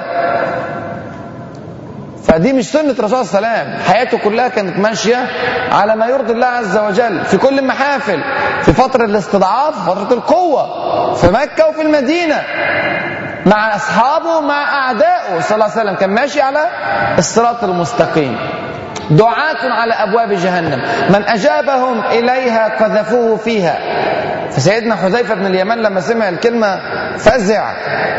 فدي مش سنة الرسول صلى الله عليه وسلم. حياته كلها كانت ماشية على ما يرضي الله عز وجل في كل المحافل، في فترة الاستضعاف، فترة القوة، في مكة وفي المدينة، مع أصحابه مع أعدائه صلى الله عليه وسلم، كان ماشي على الصراط المستقيم. دعاة على أبواب جهنم من أجابهم إليها قذفوه فيها. فسيدنا حذيفة بن اليمان لما سمع الكلمة فزع،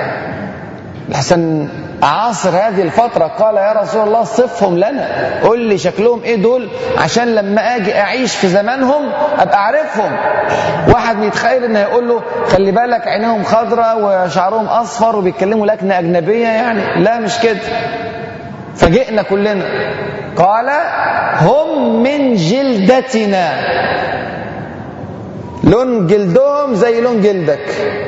لحسن عاصر هذه الفترة، قال يا رسول الله صفهم لنا، قل لي شكلهم ايه دول عشان لما اجي اعيش في زمانهم ابقى اعرفهم. واحد يتخيل انه يقول له خلي بالك عينيهم خضراء وشعرهم اصفر وبيتكلموا لكنة اجنبية يعني، لا مش كده. فجئنا كلنا قال هم من جلدتنا، لون جلدهم زي لون جلدك،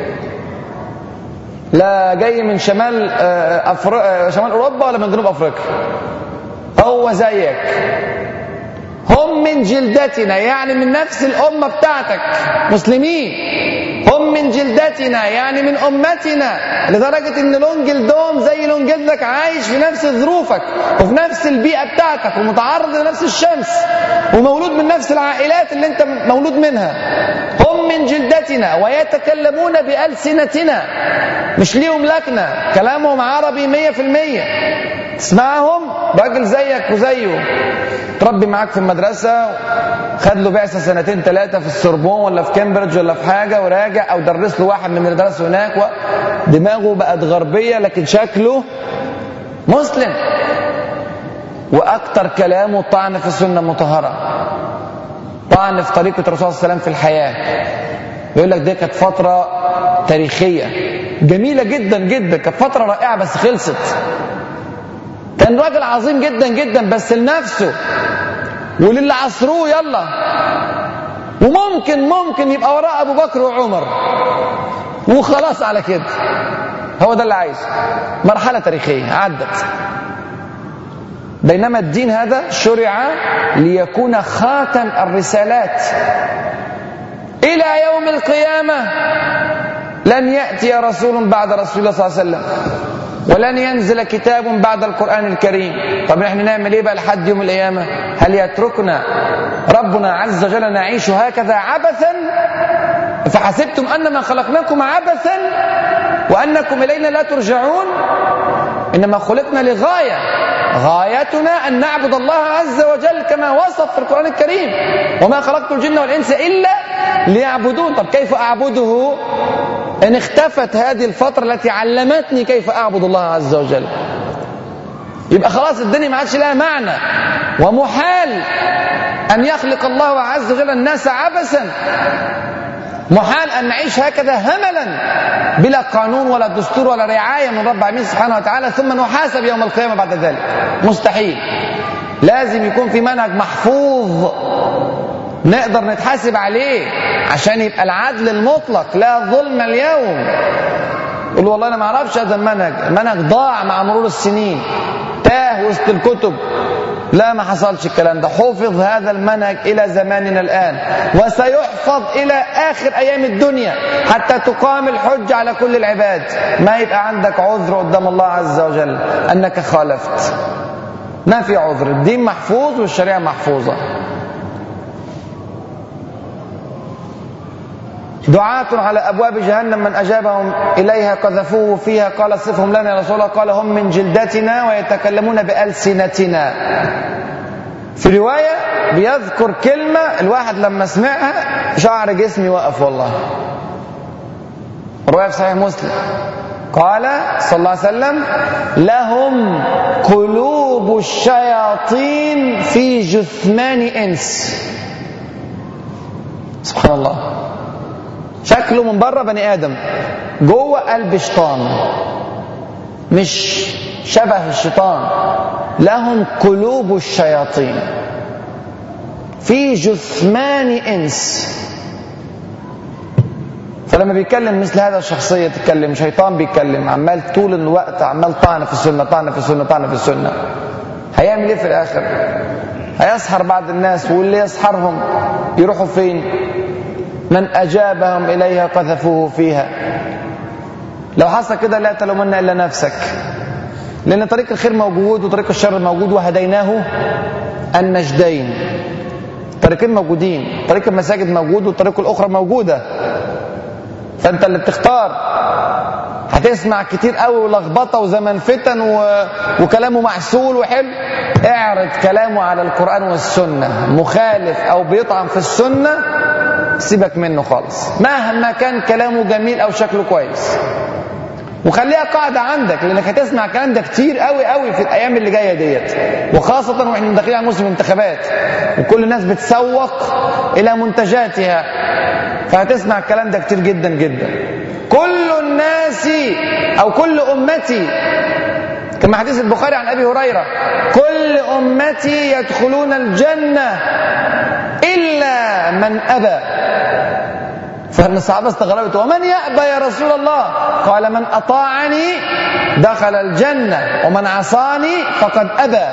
لا جاي من شمال أفر... شمال أوروبا ولا من جنوب أفريقيا، هو زيك. هم من جلدتنا يعني من نفس الأمة بتاعتك، مسلمين. هم من جلدتنا يعني من أمتنا، لدرجة إن لون جلدهم زي لون جلدك، عايش في نفس ظروفك وفي نفس البيئة بتاعتك ومتعرض لنفس الشمس ومولود من نفس العائلات اللي أنت مولود منها. هم من جلدتنا ويتكلمون بألسنتنا، مش ليهم لكنة، كلامهم عربي مية في المية، تسمعهم راجل زيك وزيه، تربي معاك في المدرسة، خد له بعثة سنتين ثلاثة في السوربون ولا في كامبريدج ولا في حاجة وراجع، أو درس له واحد من المدرسة هناك، دماغه بقت غربية لكن شكله مسلم، وأكتر كلامه طعن في السنة المطهرة، طعن في طريقة الرسول صلى الله عليه وسلم في الحياة. يقول لك دي كانت فترة تاريخية جميلة جدا جدا، كانت فترة رائعة بس خلصت. كان راجل عظيم جدا جدا بس لنفسه وللي عصروه يلا، وممكن ممكن يبقى وراء أبو بكر وعمر وخلاص على كده، هو ده اللي عايزه، مرحلة تاريخية عدت. بينما الدين هذا شرع ليكون خاتم الرسالات إلى يوم القيامة، لن يأتي رسول بعد رسول الله صلى الله عليه وسلم، ولن ينزل كتاب بعد القرآن الكريم. طب احنا نعمل ايه بقى لحد يوم القيامة؟ هل يتركنا ربنا عز وجل نعيش هكذا عبثا؟ فحسبتم أنما خلقناكم عبثا وأنكم إلينا لا ترجعون؟ إنما خلقنا لغاية، غايتنا أن نعبد الله عز وجل كما وصف في القرآن الكريم: وما خلقت الجن والإنس إلا ليعبدون. طب كيف أعبده إن اختفت هذه الفترة التي علمتني كيف أعبد الله عز وجل؟ يبقى خلاص الدنيا ما عادش لها معنى، ومحال أن يخلق الله عز وجل الناس عبثا، محال أن نعيش هكذا هملا بلا قانون ولا دستور ولا رعاية من رب العالمين سبحانه وتعالى ثم نحاسب يوم القيامة بعد ذلك. مستحيل. لازم يكون في منهج محفوظ نقدر نتحاسب عليه عشان يبقى العدل المطلق، لا ظلم اليوم. قل والله أنا ما أعرفش هذا المنهج، المنهج ضاع مع مرور السنين، تاه وسط الكتب. لا، ما حصلش الكلام ده. حفظ هذا المنهج إلى زماننا الآن، وسيحفظ إلى آخر أيام الدنيا حتى تقام الحج على كل العباد. ما يبقى عندك عذر قدام الله عز وجل أنك خالفت، ما في عذر. الدين محفوظ والشريعة محفوظة. دعاة على أبواب جهنم من أجابهم إليها قذفوه فيها. قال صفهم لنا يا رسول الله. قال هم من جلدتنا ويتكلمون بألسنتنا. في رواية بيذكر كلمة الواحد لما سمعها شعر جسمي وقف والله. رواية في صحيح مسلم قال صلى الله عليه وسلم: لهم قلوب الشياطين في جثمان إنس. سبحان الله. شكله من بره بني آدم، جوه قلب شيطان، مش شبه الشيطان. لهم قلوب الشياطين في جثمان إنس. فلما بيتكلم مثل هذا الشخصية تتكلم، شيطان بيتكلم عمال طول الوقت، عمال طعن في السنة طعن في السنة طعن في السنة. هيعمل ايه في الآخر؟ هيسحر بعض الناس، واللي يسحرهم يروحوا فين؟ من أجابهم إليها قذفوه فيها. لو حصل كده لا تلومن إلا نفسك، لأن طريق الخير موجود وطريق الشر موجود، وهديناه النجدين. طريقين موجودين، طريق المساجد موجود والطريق الأخرى موجودة، فأنت اللي بتختار. هتسمع كتير قوي ولخبطة وزمن فتن و... وكلامه معسول وحلو، اعرض كلامه على القرآن والسنة. مخالف أو بيطعن في السنة سيبك منه خالص، مهما كان كلامه جميل أو شكله كويس. وخليها قاعدة عندك، لأنك هتسمع الكلام ده كتير قوي قوي في الأيام اللي جاية ديت، وخاصة وإحنا داخلين على موسم الانتخابات وكل الناس بتسوق إلى منتجاتها، فهتسمع الكلام ده كتير جدا جدا. كل الناس أو كل أمتي، كما حديث البخاري عن أبي هريرة: كل أمتي يدخلون الجنة إلا من أبى. فإن الصحابة استغربت: ومن يأبى يا رسول الله؟ قال: من أطاعني دخل الجنة ومن عصاني فقد أبى.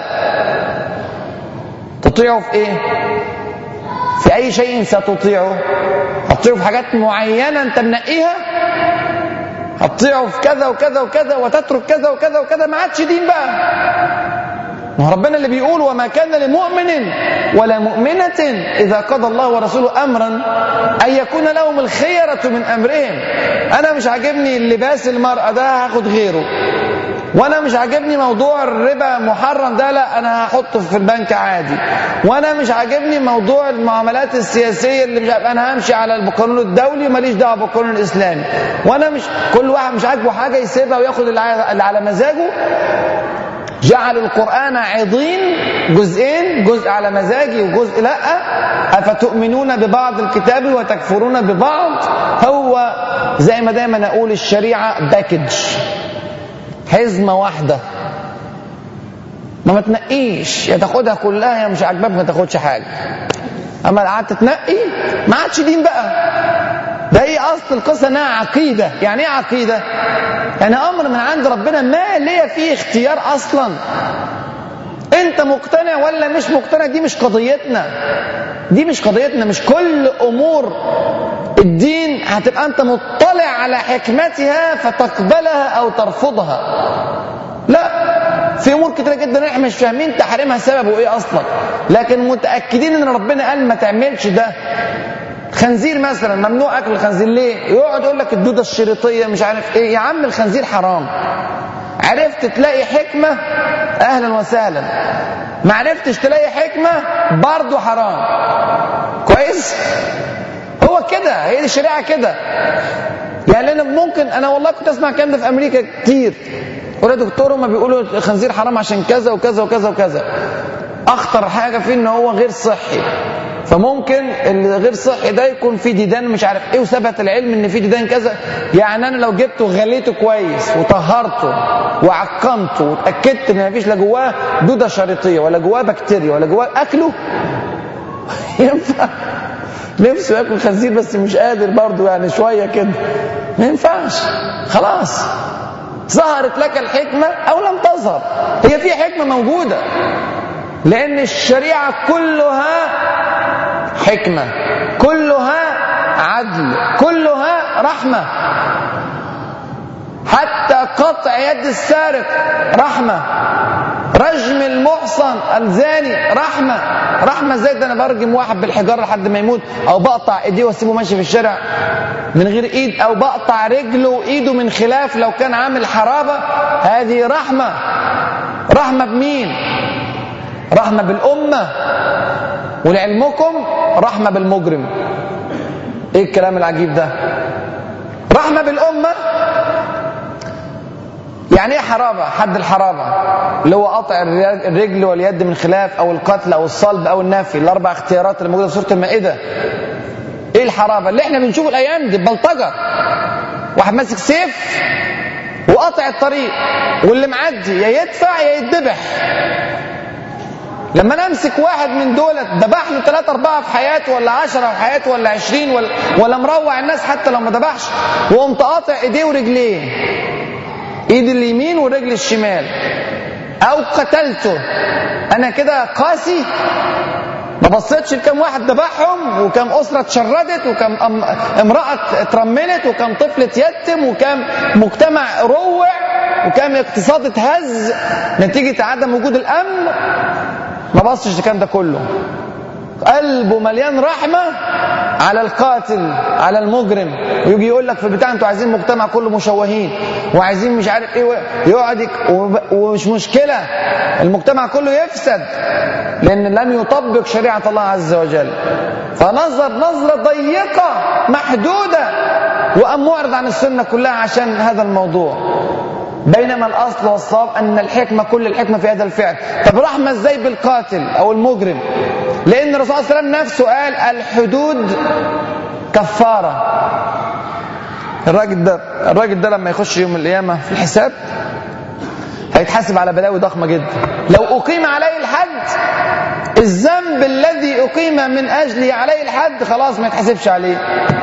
تطيعه في إيه؟ في أي شيء ستطيعه؟ هتطيعه في حاجات معينة أنت منقيها؟ هتطيعه في كذا وكذا وكذا وتترك كذا وكذا وكذا؟ ما عادش دين بقى. ربنا اللي بيقول: وما كان لمؤمن ولا مؤمنة إذا قضى الله ورسوله أمرا أن يكون لهم الخيرة من أمرهم. أنا مش عاجبني اللباس المرأة ده، هاخد غيره. وانا مش عاجبني موضوع الربا محرم ده، لا انا هحطه في البنك عادي. وانا مش عاجبني موضوع المعاملات السياسيه اللي مش عارف، انا همشي على القانون الدولي ماليش دعوه بالقانون الاسلامي. وانا مش، كل واحد مش عاجبه حاجه يسيبها وياخد اللي على مزاجه. جعل القرآن عضين، جزئين، جزء على مزاجي وجزء لا. أفتؤمنون ببعض الكتاب وتكفرون ببعض. هو زي ما دايما أقول الشريعة باكج، حزمة واحدة، ما ما تنقيش، يا تاخدها كلها يا مش عاجباك ما تاخدش حاجة. أما قعدت تنقي ما عادش دين بقى. ده هي أصل القصة انها عقيدة. يعني ايه عقيدة؟ يعني أمر من عند ربنا ما ليه فيه اختيار أصلا. أنت مقتنع ولا مش مقتنع دي مش قضيتنا. دي مش قضيتنا. مش كل امور الدين هتبقى انت مطلع على حكمتها فتقبلها او ترفضها، لا، في امور كتيره جدا احنا مش فاهمين تحريمها سببه ايه اصلا، لكن متاكدين ان ربنا قال ما تعملش ده. خنزير مثلا ممنوع اكل الخنزير، ليه؟ يقعد يقول لك الدوده الشريطيه مش عارف ايه. يا عم الخنزير حرام، عرفت تلاقي حكمه اهلا وسهلا، ما عرفتش تلاقي حكمه برضه حرام. كويس؟ هو كده، هي دي الشريعه كده. يعني لان ممكن انا والله كنت اسمع الكلام ده في امريكا كتير، ولا دكتور هما بيقولوا الخنزير حرام عشان كذا وكذا وكذا وكذا. اخطر حاجه فيه ان هو غير صحي، فممكن الغير صحي ده يكون فيه ديدان مش عارف ايه، وثبت العلم ان فيه ديدان كذا. يعني انا لو جبته وغليته كويس وطهرته وعقمته واتاكدت ان مفيش لا جواه دوده شريطيه ولا جواه بكتيريا ولا جواه، اكله ينفع؟ نفسه ياكل خنزير بس مش قادر برضه، يعني شويه كده ما ينفعش. خلاص ظهرت لك الحكمه او لم تظهر، هي في حكمه موجوده، لان الشريعه كلها حكمه، كلها عدل، كلها رحمه. حتى قطع يد السارق رحمه، رجم المحصن الزاني رحمه. رحمه ازاي؟ ده انا برجم واحد بالحجاره لحد ما يموت، او بقطع ايديه واسيبه ماشي في الشارع من غير ايد، او بقطع رجله وايده من خلاف لو كان عامل حرابه. هذه رحمه. رحمه بمين؟ رحمه بالامه. ولعلمكم رحمه بالمجرم. ايه الكلام العجيب ده؟ رحمه بالامه. يعني ايه حرابه؟ حد الحرابه اللي هو قطع الرجل واليد من خلاف، او القتل او الصلب او النفي، الاربع اختيارات اللي موجوده في سوره المائده. ايه الحرابه اللي احنا بنشوفه الايام دي؟ بلطجه، واحد ماسك سيف وقطع الطريق، واللي معدي يا يدفع يا يتذبح. لما انا امسك واحد من دولت ذبح له ثلاثة أربعة في حياته، ولا عشرة في حياته، ولا عشرين، ولا, ولا مروع الناس حتى لو ما ذبحش، وقمت قاطع ايديه ورجليه، ايد اليمين والرجل الشمال، او قتلته، انا كده قاسي؟ ما بصيتش لكم واحد ذبحهم، وكم اسره اتشردت، وكم امراه اترملت، وكم طفل اتيتم، وكم مجتمع روع، وكم اقتصاد اتهز نتيجه عدم وجود الامن؟ ما بصش لكم ده كله. قلبه مليان رحمه على القاتل، على المجرم. ويجي يقول لك في البتاع انتوا عايزين مجتمع كله مشوهين وعايزين مش عارف ايه، يقعد ومش مشكله المجتمع كله يفسد لان لم يطبق شريعه الله عز وجل. فنظر نظره ضيقه محدوده، وقام معرض عن السنه كلها عشان هذا الموضوع. بينما الاصل والصواب ان الحكمه، كل الحكمه في هذا الفعل. طب رحمه ازاي بالقاتل او المجرم؟ لان الرسول صلى الله عليه وسلم نفسه قال الحدود كفاره. الراجل ده الراجل ده لما يخش يوم القيامه في الحساب هيتحاسب على بلاوي ضخمه جدا. لو اقيم عليه الحد، الذنب الذي اقيم من اجله عليه الحد خلاص ما يتحاسبش عليه،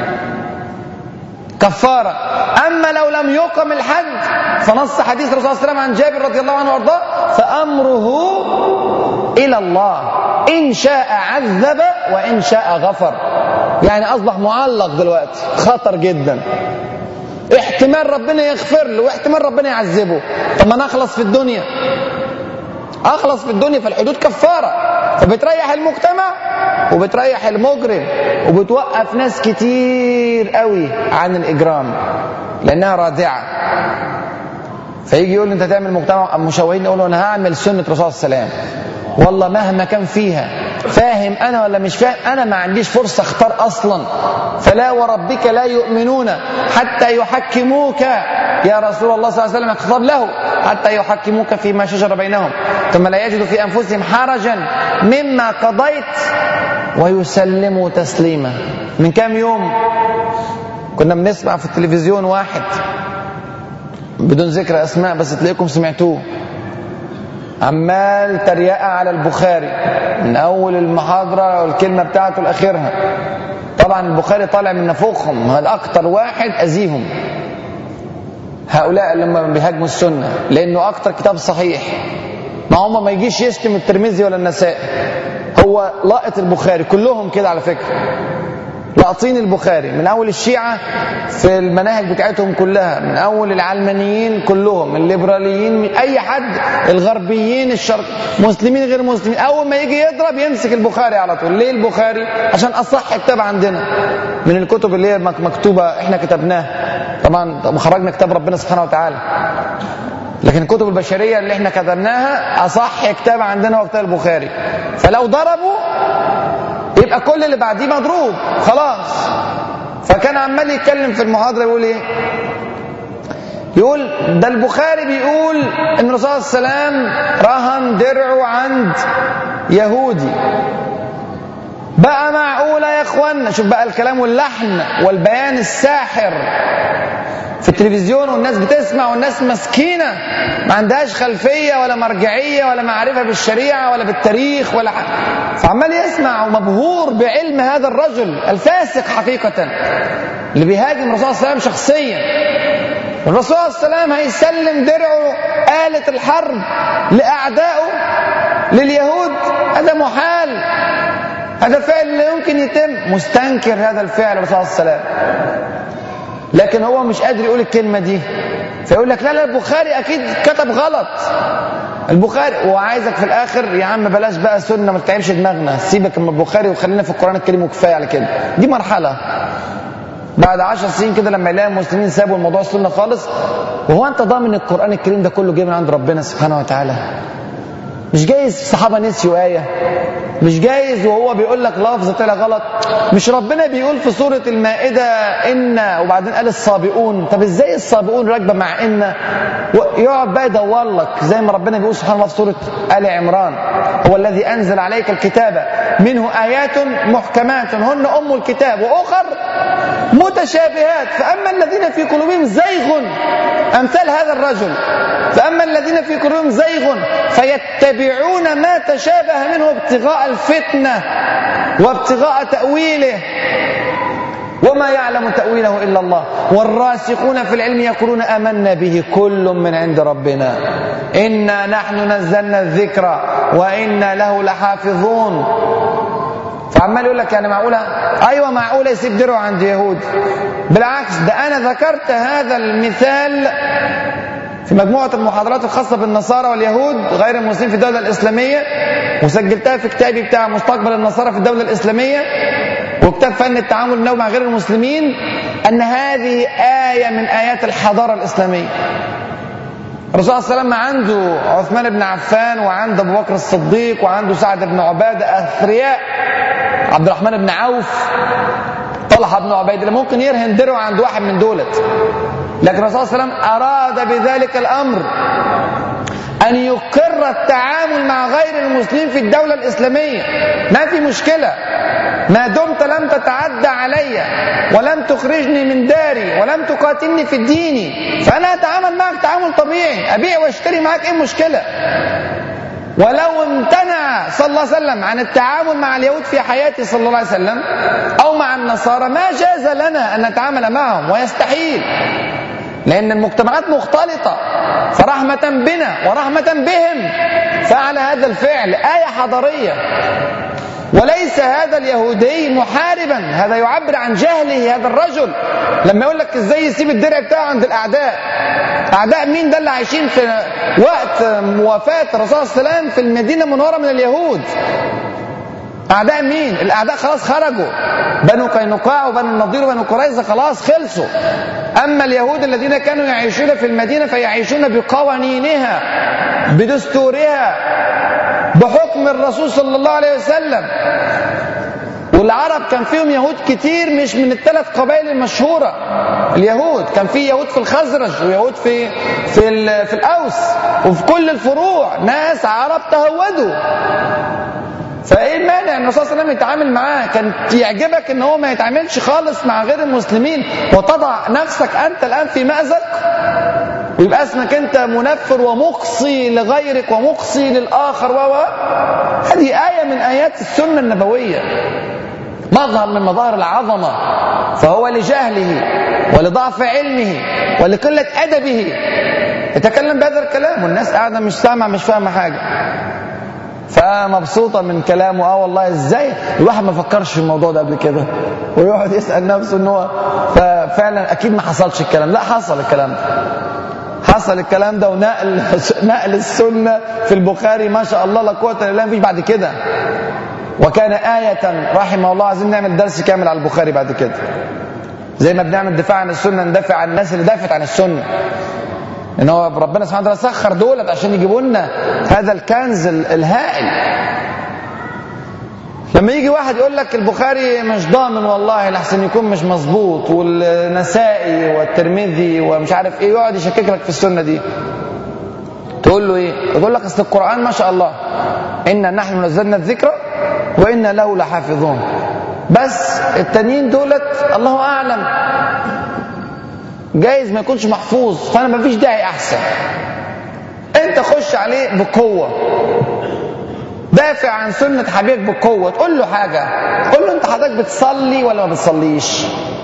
كفاره. اما لو لم يقم الحد، فنص حديث الرسول صلى الله عليه وسلم عن جابر رضي الله عنه وارضاه: فامره الى الله ان شاء عذب وان شاء غفر. يعني اصبح معلق دلوقتي، خطر جدا. احتمال ربنا يغفر له واحتمال ربنا يعذبه. طب ما انا اخلص في الدنيا، اخلص في الدنيا. فالحدود كفاره، فبتريح المجتمع وبتريح المجرم، وبتوقف ناس كتير قوي عن الاجرام لانها رادعه. فيجي يقول لي انت تعمل مجتمع مشوهين، اقول له انا هعمل سنه الرسول صلى الله عليه وسلم والله مهما كان فيها. فاهم انا ولا مش فاهم؟ انا ما عنديش فرصه اختار اصلا. فلا وربك لا يؤمنون حتى يحكموك، يا رسول الله صلى الله عليه وسلم خطاب له، حتى يحكموك فيما شجر بينهم ثم لا يجدوا في انفسهم حرجا مما قضيت ويسلموا تسليما. من كام يوم كنا بنسمع في التلفزيون واحد بدون ذكر اسماء بس تلاقيكم سمعتوه، عمال تريقة على البخاري من اول المحاضرة والكلمة بتاعته لاخرها. طبعا البخاري طالع من نفوخهم، هذا اكتر واحد اذيهم، هؤلاء لما بيهاجموا السنة، لانه اكتر كتاب صحيح. ما هم ما يجيش يشتم الترمذي ولا النسائي، هو لاقط البخاري كلهم كده على فكرة، لاقطين البخاري من اول الشيعة في المناهج بتاعتهم كلها، من اول العلمانيين كلهم، الليبراليين، من اي حد، الغربيين، الشرق، مسلمين غير مسلمين، اول ما يجي يضرب يمسك البخاري على طول. ليه البخاري؟ عشان اصح كتاب عندنا من الكتب اللي هي مكتوبة احنا كتبناها، طبعا خرجنا كتاب ربنا سبحانه وتعالى، لكن الكتب البشرية اللي احنا كتبناها اصح كتاب عندنا هو كتاب البخاري. فلو ضربوا يبقى كل اللي بعديه مضروب خلاص. فكان عمال يتكلم في المحاضرة يقول ايه؟ يقول ده البخاري بيقول ان الرسول صلى الله عليه وسلم رهن درعه عند يهودي. بقى معقولة يا اخوانا؟ شوف بقى الكلام واللحن والبيان الساحر في التلفزيون، والناس بتسمع، والناس مسكينة ما عندهاش خلفية ولا مرجعية ولا معرفة بالشريعة ولا بالتاريخ ولا حاجة، فعمال يسمع ومبهور بعلم هذا الرجل الفاسق حقيقة اللي بيهاجم الرسول صلى الله عليه وسلم شخصيا. الرسول صلى الله عليه وسلم هيسلم درعه آلة الحرب لأعدائه لليهود؟ هذا محال، هذا فعل لا يمكن يتم. مستنكر هذا الفعل الرسول صلى الله عليه وسلم، لكن هو مش قادر يقول الكلمة دي، فيقول لك لا لا البخاري أكيد كتب غلط البخاري. وعايزك في الآخر يا عم بلاش بقى سنة، ما تتعبش دماغنا، سيبك من البخاري وخلينا في القرآن الكريم وكفاية على كده. دي مرحلة بعد عشر سنين كده لما يلاقي المسلمين سابوا الموضوع السنة خالص. وهو أنت ضامن القرآن الكريم ده كله جاي من عند ربنا سبحانه وتعالى؟ مش جايز الصحابة نسيوا آية، مش جايز وهو بيقول لك لفظ طلع غلط. مش ربنا بيقول في سورة المائدة إن وبعدين قال الصابئون؟ طب ازاي الصابئون راكبة مع إن؟ يقعد بقى يدور لك زي ما ربنا بيقول سبحانه الله في سورة آل عمران: هو الذي أنزل عليك الكتاب منه آيات محكمات هن أم الكتاب وأخر متشابهات فأما الذين في قلوبهم زيغ، أمثال هذا الرجل، فأما الذين في قلوبهم زيغ فيتبعون ما تشابه منه ابتغاء الفتنة وابتغاء تأويله وما يعلم تأويله إلا الله والراسخون في العلم يقولون آمنا به كل من عند ربنا إنا نحن نزلنا الذكر وإنا له لحافظون. فعمال يقول لك يعني معقولة؟ أيوة معقولة يسيب درعه عند يهود. بالعكس، ده أنا ذكرت هذا المثال في مجموعة المحاضرات الخاصة بالنصارى واليهود غير المسلمين في الدولة الإسلامية، وسجلتها في كتابي بتاع مستقبل النصارى في الدولة الإسلامية وكتاب فن التعامل النووي مع غير المسلمين، أن هذه آية من آيات الحضارة الإسلامية. الرسول صلى الله عليه وسلم عنده عثمان بن عفان وعنده أبو بكر الصديق وعنده سعد بن عبادة أثرياء، عبد الرحمن بن عوف، طلحة بن عبيد الله، ممكن يرهن درعه عند واحد من دولت. لكن الرسول صلى الله عليه وسلم أراد بذلك الأمر أن يقر التعامل مع غير المسلمين في الدولة الإسلامية. ما في مشكلة ما دمت لم تتعدى علي ولم تخرجني من داري ولم تقاتلني في الدين، فأنا أتعامل معك تعامل طبيعي، أبيع واشتري معك، إيه المشكلة؟ ولو امتنع صلى الله عليه وسلم عن التعامل مع اليهود في حياته صلى الله عليه وسلم أو مع النصارى ما جاز لنا أن نتعامل معهم، ويستحيل، لأن المجتمعات مختلطة، فرحمة بنا ورحمة بهم فعل هذا الفعل. آية حضارية. وليس هذا اليهودي محاربا، هذا يعبر عن جهله هذا الرجل لما يقول لك ازاي يسيب الدرع بتاعه عند الأعداء. أعداء مين؟ ده اللي عايشين في وقت وفاة الرسول صلى الله عليه وسلم في المدينة المنورة من اليهود. أعداء مين؟ الأعداء خلاص خرجوا، بنو قينقاع وبنو النضير وبنو قريظة خلاص خلصوا. أما اليهود الذين كانوا يعيشون في المدينة فيعيشون بقوانينها بدستورها بحكم الرسول صلى الله عليه وسلم. والعرب كان فيهم يهود كتير، مش من الثلاث قبائل المشهورة. اليهود كان في يهود في الخزرج ويهود في في في الأوس وفي كل الفروع، ناس عرب تهودوا. فايه المانع ان الرسول صلى الله عليه وسلم يتعامل معاه؟ كان يعجبك ان هو ما يتعاملش خالص مع غير المسلمين وتضع نفسك انت الان في مأزق ويبقى اسمك انت منفر ومقصي لغيرك ومقصي للاخر. و هذه آية من آيات السنة النبوية، مظهر من مظاهر العظمة. فهو لجهله ولضعف علمه ولقلة أدبه يتكلم بهذا الكلام، والناس قاعدة مش سامعة مش فاهمة حاجة. فمبسوطة من كلامه. اه والله ازاي الواحد ما فكرش في الموضوع ده قبل كده، ويقعد يسأل نفسه ان هو ففعلا اكيد ما حصلش الكلام. لا، حصل الكلام ده، حصل الكلام ده، ونقل نقل السنة في البخاري ما شاء الله لا قوة الا بالله، مفيش بعد كده. وكان آية رحمه الله. عايزين نعمل درس كامل على البخاري بعد كده، زي ما بنعمل دفاع عن السنة ندافع عن الناس اللي دافعت عن السنة، ان هو ربنا سبحانه وتعالى سخر دولت عشان يجيبوا لنا هذا الكنز الهائل. لما يجي واحد يقول لك البخاري مش ضامن والله لحسن يكون مش مظبوط، والنسائي والترمذي ومش عارف ايه، يقعد يشكك لك في السنة دي، تقول له ايه؟ يقول لك اصل القرآن ما شاء الله إنا نحن نزلنا الذكر وإنا له لحافظون، بس التانيين دولت الله أعلم جايز ما يكونش محفوظ، فأنا ما فيش داعي. أحسن أنت خش عليه بقوة، دافع عن سنة حبيبك بقوة، تقول له حاجة، قول له أنت حضرتك بتصلي ولا ما بتصليش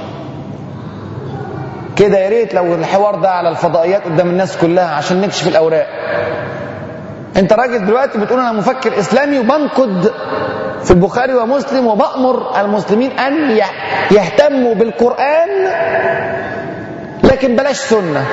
كده. يا ريت لو الحوار ده على الفضائيات قدام الناس كلها عشان نكشف الأوراق. أنت راجل دلوقتي بتقول أنا مفكر إسلامي وبنقد في البخاري ومسلم وبأمر المسلمين أن يهتموا بالقرآن لكن بلاش سنة.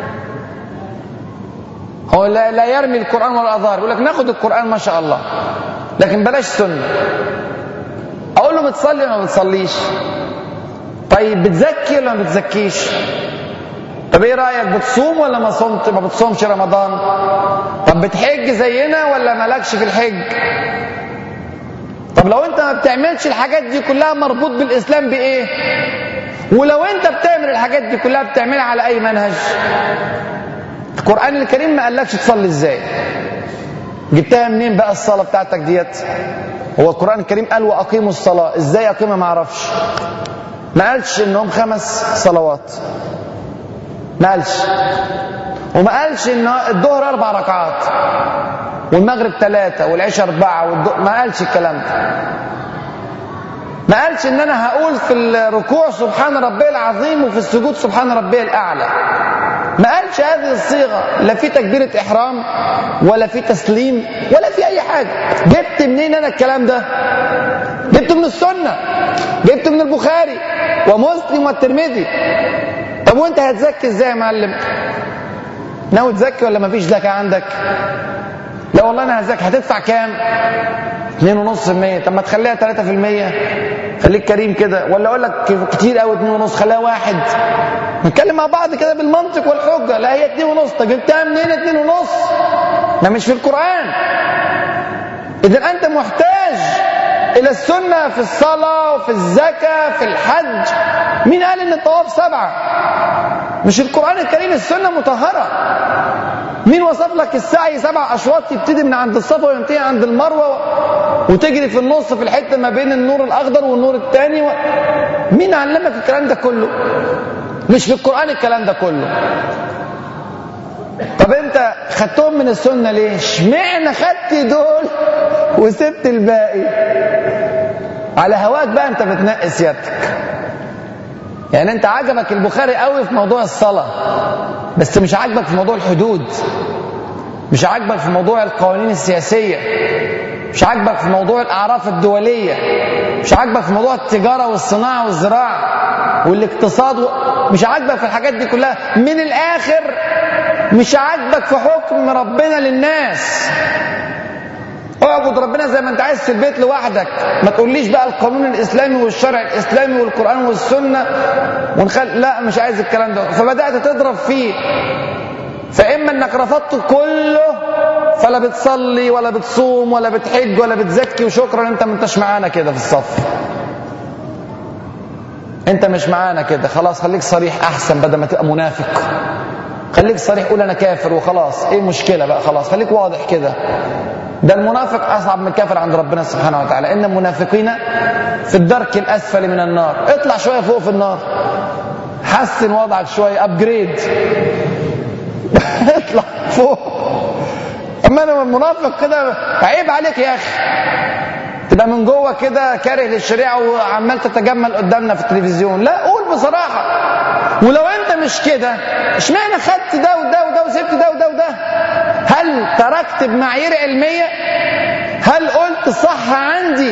هو لا يرمي القرآن ولا الأظهار، يقول لك ناخد القرآن ما شاء الله لكن بلاش سنة. أقول له بتصلي ولا ما بتصليش؟ طيب بتزكي ولا ما بتزكيش؟ طب ايه رأيك بتصوم ولا ما صمت ما بتصومش رمضان؟ طب بتحج زينا ولا مالكش في الحج؟ طب لو انت ما بتعملش الحاجات دي كلها مربوط بالإسلام بإيه؟ ولو انت بتعمل الحاجات دي كلها بتعملها على أي منهج؟ القرآن الكريم ما قالكش تصلي ازاي، جبتها منين بقى الصلاة بتاعتك ديت؟ هو القرآن الكريم قال وأقيموا الصلاة، ازاي أقيمها ما اعرفش. ما قالش انهم خمس صلوات، ما قالش. وما قالش ان الظهر اربع ركعات والمغرب ثلاثة والعشاء اربعة والظهر، ما قالش الكلام ده. ما قالش ان انا هقول في الركوع سبحان ربي العظيم وفي السجود سبحان ربي الاعلى. ما قالش هذه الصيغة، لا في تكبيرة احرام ولا في تسليم ولا في اي حاجة. جبت منين انا الكلام ده؟ جبته من السنة، جبته من البخاري ومسلم والترمذي. طب وانت هتزكي ازاي يا معلم؟ ناوي تزكي ولا مفيش زكاة عندك؟ لا والله انا هزكي. هتدفع كام؟ اتنين ونص بالمية. طب ما تخليها تلاتة في المية، خليك كريم كده. ولا اقول لك كتير قوي اتنين ونص، خليها واحد. نتكلم مع بعض كده بالمنطق والحجة. لا هي اتنين ونص. طب جبتها منين اتنين ونص؟ ما مش في القرآن. اذا انت محتاج الى السنة في الصلاة وفي الزكاة في الحج. مين قال ان الطواف سبعة؟ مش القرآن الكريم، السنة مطهرة. مين وصف لك السعي سبع اشواط تبتدي من عند الصفا وينتهي عند المروة وتجري في النص في الحتة ما بين النور الاخضر والنور الثاني و... مين علمك الكلام ده كله؟ مش في القرآن الكلام ده كله. طب انت خدتهم من السنة ليه؟ اشمعنى خدت دول وسبت الباقي؟ على هواك بقى انت بتنقي سيادتك. يعني انت عجبك البخاري قوي في موضوع الصلاة، بس مش عاجبك في موضوع الحدود، مش عاجبك في موضوع القوانين السياسية، مش عاجبك في موضوع الأعراف الدولية، مش عاجبك في موضوع التجارة والصناعة والزراعة والاقتصاد و... مش عاجبك في الحاجات دي كلها. من الآخر مش عاجبك في حكم ربنا للناس. اعبد ربنا زي ما انت عايز في البيت لوحدك، ما تقوليش بقى القانون الإسلامي والشرع الإسلامي والقرآن والسنة ونخل... لا مش عايز الكلام ده. فبدأت تضرب فيه، فإما انك رفضت كله فلا بتصلي ولا بتصوم ولا بتحج ولا بتزكي وشكرا انت ما انتش معانا كده في الصف. انت مش معانا كده خلاص. خليك صريح احسن بدل ما تبقى منافق. خليك صريح، قول انا كافر وخلاص. ايه المشكلة بقى؟ خلاص خليك واضح كده. ده المنافق اصعب من الكافر عند ربنا سبحانه وتعالى. ان المنافقين في الدرك الاسفل من النار. اطلع شوية فوق في النار، حسن وضعك شوية، ابجريد اطلع فوق. اما انا المنافق كده عيب عليك يا اخي، تبقى من جوه كده كاره للشريعه وعمال تتجمل قدامنا في التلفزيون. لا قول بصراحه. ولو انت مش كده اشمعنى خدت ده وده وده وسبت ده وده وده؟ هل تركت بمعايير علميه؟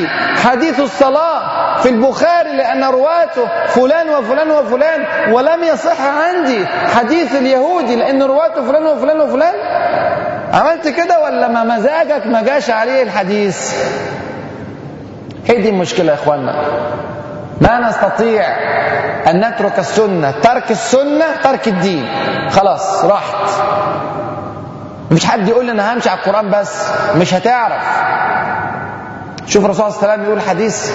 عندي حديث الصلاة في البخاري لأن رواته فلان وفلان وفلان، ولم يصح عندي حديث اليهودي لأن رواته فلان وفلان وفلان. عملت كده ولا ما مزاجك ما جاش عليه الحديث؟ هي دي المشكلة يا إخواننا. ما نستطيع أن نترك السنة، ترك السنة ترك الدين، خلاص راحت. مفيش حد يقول لي أنا همشي على القرآن بس، مش هتعرف. شوف الرسول صلى الله عليه وسلم يقول حديث،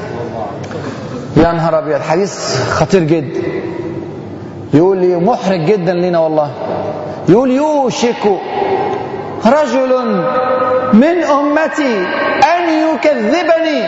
يا نهار أبيض، حديث خطير جدا، يقول لي محرج جدا لنا والله. يقول يوشك رجل من أمتي أن يكذبني.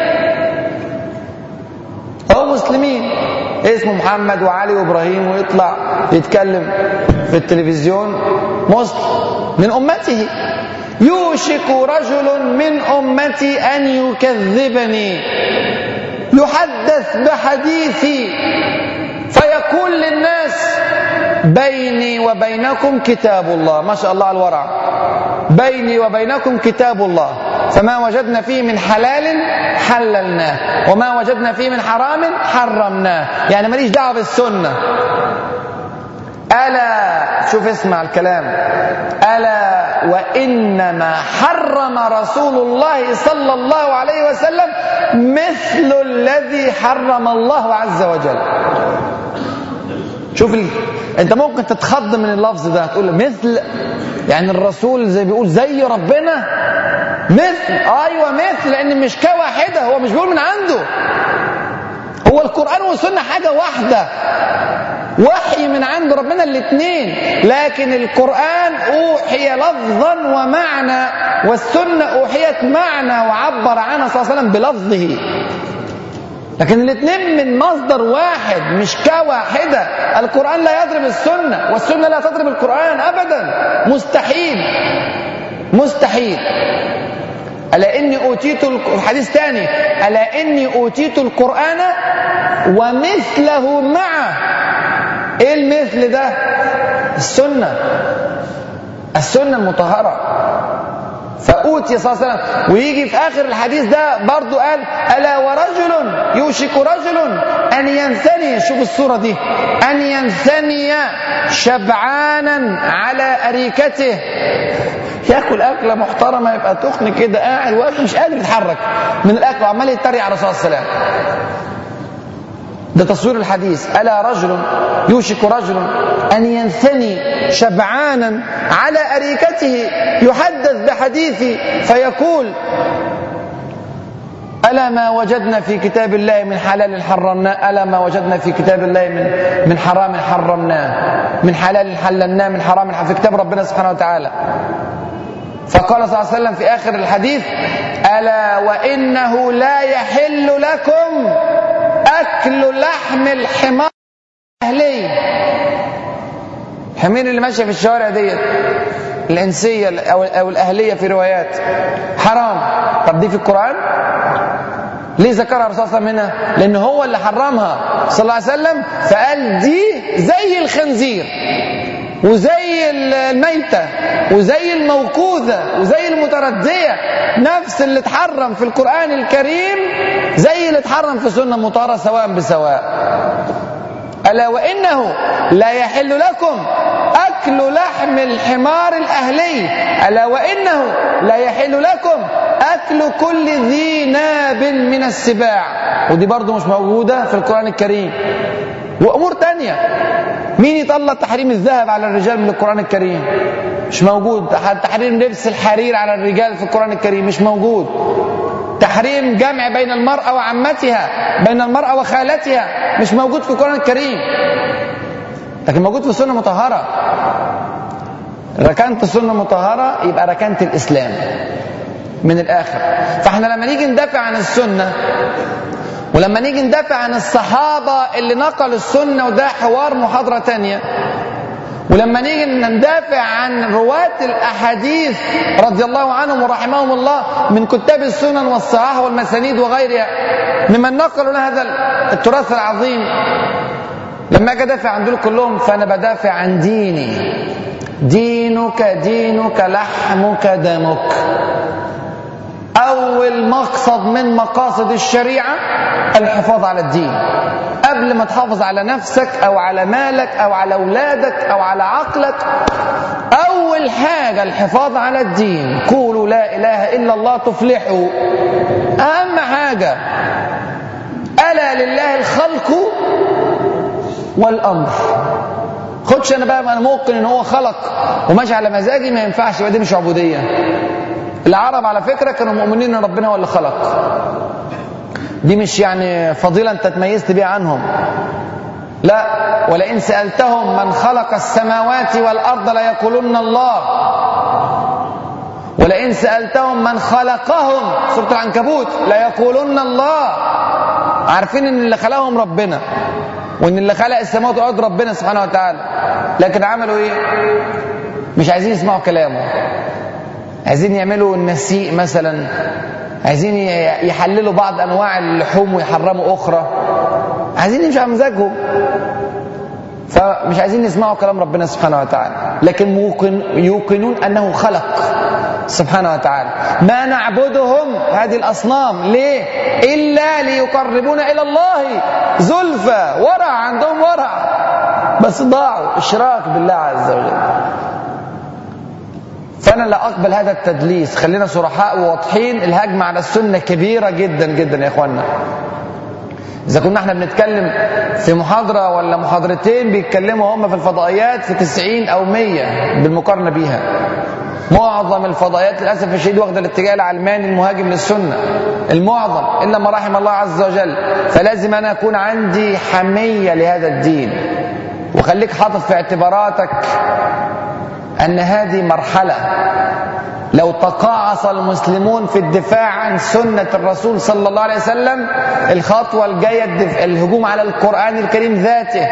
هو مسلمين اسمه محمد وعلي وإبراهيم، ويطلع يتكلم في التلفزيون مسلم من أمته، يوشك رجل من أمتي أن يكذبني يحدث بحديثي فيقول للناس بيني وبينكم كتاب الله. ما شاء الله على الورع، بيني وبينكم كتاب الله، فما وجدنا فيه من حلال حللناه وما وجدنا فيه من حرام حرمناه. يعني ماليش دعوه بالسنه. ألا شوف اسمع الكلام، ألا وإنما حرم رسول الله صلى الله عليه وسلم مثل الذي حرم الله عز وجل. شوف ال... انت ممكن تتخض من اللفظ ده، تقول مثل، يعني الرسول زي بيقول زي ربنا، مثل، ايوه مثل، لان مش كواحده، هو مش بيقول من عنده، هو القرآن والسنة حاجة واحدة، وحي من عند ربنا الاثنين، لكن القرآن أوحي لفظا ومعنى، والسنة أوحيت معنى وعبر عنها صلى الله عليه وسلم بلفظه، لكن الاثنين من مصدر واحد مش كواحدة. القرآن لا يضرب السنة والسنة لا تضرب القرآن أبدا، مستحيل مستحيل. ألا إني أوتيت الحديث ثاني، ألا إني أوتيت القرآن ومثله معه. إيه المثل ده؟ السنة، السنة المطهرة. فأوتي صلى الله عليه وسلم، ويجي في آخر الحديث ده برضو قال ألا ورجل يوشك رجل أن ينثني، شوف الصورة دي، أن ينثني شبعانا على أريكته، ياكل أكلة محترمة، يبقى تخن كده قاعد واكل مش قادر يتحرك من الأكل وعمال يتريق على الرسول صلى الله عليه وسلم. ده تصوير الحديث، ألا رجل يوشك رجل أن ينثني شبعانا على أريكته يحدث بحديثي فيقول ألا ما وجدنا في كتاب الله من حلال حرمناه، ألا ما وجدنا في كتاب الله من من حرام حرمناه، من حلال حللناه، من حرام في كتاب ربنا سبحانه وتعالى. فقال صلى الله عليه وسلم في آخر الحديث ألا وإنه لا يحل لكم أكل لحم الحمار الأهلي. الحمير اللي ماشية في الشوارع ديت، الإنسية أو الأهلية في روايات، حرام. طب دي في القرآن؟ ليه ذكرها الرسول صلى الله عليه وسلم هنا؟ لأن هو اللي حرمها صلى الله عليه وسلم، فقال دي زي الخنزير وزي الميتة وزي الموقوذة وزي المتردية، نفس اللي اتحرم في القرآن الكريم زي اللي اتحرم في سنة مطهرة سواء بسواء. ألا وإنه لا يحل لكم أكل لحم الحمار الأهلي، ألا وإنه لا يحل لكم أكل كل ذي ناب من السباع، ودي برضو مش موجودة في القرآن الكريم. وأمور تانية، مين يطلع تحريم الذهب على الرجال من القرآن الكريم؟ مش موجود. تحريم لبس الحرير على الرجال في القرآن الكريم مش موجود. تحريم جمع بين المرأة وعمتها، بين المرأة وخالتها، مش موجود في القرآن الكريم، لكن موجود في السنة مطهرة. ركنت السنة مطهرة يبقى ركنت الإسلام من الآخر. فاحنا لما نيجي ندافع عن السنة، ولما نيجي ندافع عن الصحابة اللي نقلوا السنة، وده حوار محاضرة تانية، ولما نيجي ندافع عن رواة الأحاديث رضي الله عنهم ورحمهم الله من كتاب السنن والصحاح والمسانيد وغيرها ممن نقلوا لنا هذا التراث العظيم، لما أجي أدافع عن دول كلهم فأنا بدافع عن ديني. دينك دينك لحمك دمك. أول أول مقصد من مقاصد الشريعة الحفاظ على الدين. قبل ما تحافظ على نفسك أو على مالك أو على أولادك أو على عقلك، أول حاجة الحفاظ على الدين. قولوا لا إله إلا الله تفلحوا. أهم حاجة ألا لله الخلق والأمر. خدش أنا بقى أنا موقن إن هو خلق وماشي على مزاجي، ما ينفعش، يبقى دي مش عبودية. العرب على فكرة كانوا مؤمنين إن ربنا هو اللي خلق. دي مش يعني فضيلة أنت تميزت بيها عنهم، لا. ولئن سألتهم من خلق السماوات والأرض ليقولن الله، ولئن سألتهم من خلقهم سورة العنكبوت ليقولن الله. عارفين ان اللي خلقهم ربنا، وان اللي خلق السماوات والأرض ربنا سبحانه وتعالى، لكن عملوا ايه؟ مش عايزين يسمعوا كلامه، عايزين يعملوا النسيء مثلا، عايزين يحللوا بعض انواع اللحوم ويحرموا اخرى، عايزين يمشوا على مزاجهم، فمش عايزين يسمعوا كلام ربنا سبحانه وتعالى. لكن موقن يوقنون انه خلق سبحانه وتعالى. ما نعبدهم هذه الاصنام ليه؟ الا ليقربونا الى الله زلفى. ورع، عندهم ورع، بس ضاعوا، اشراك بالله عز وجل. فانا لا اقبل هذا التدليس. خلينا صرحاء وواضحين. الهجمه على السنه كبيره جدا جدا يا اخوانا. إذا كنا احنا بنتكلم في محاضرة ولا محاضرتين بيتكلموا هم في الفضائيات في تسعين أو مية بالمقارنة بيها. معظم الفضائيات للأسف الشديد واخدة الاتجاه العلماني المهاجم للسنة، المعظم إلا ما رحم الله عز وجل. فلازم أنا أكون عندي حمية لهذا الدين، وخليك حاطط في اعتباراتك أن هذه مرحلة. لو تقاعس المسلمون في الدفاع عن سنة الرسول صلى الله عليه وسلم، الخطوة الجاية الهجوم على القرآن الكريم ذاته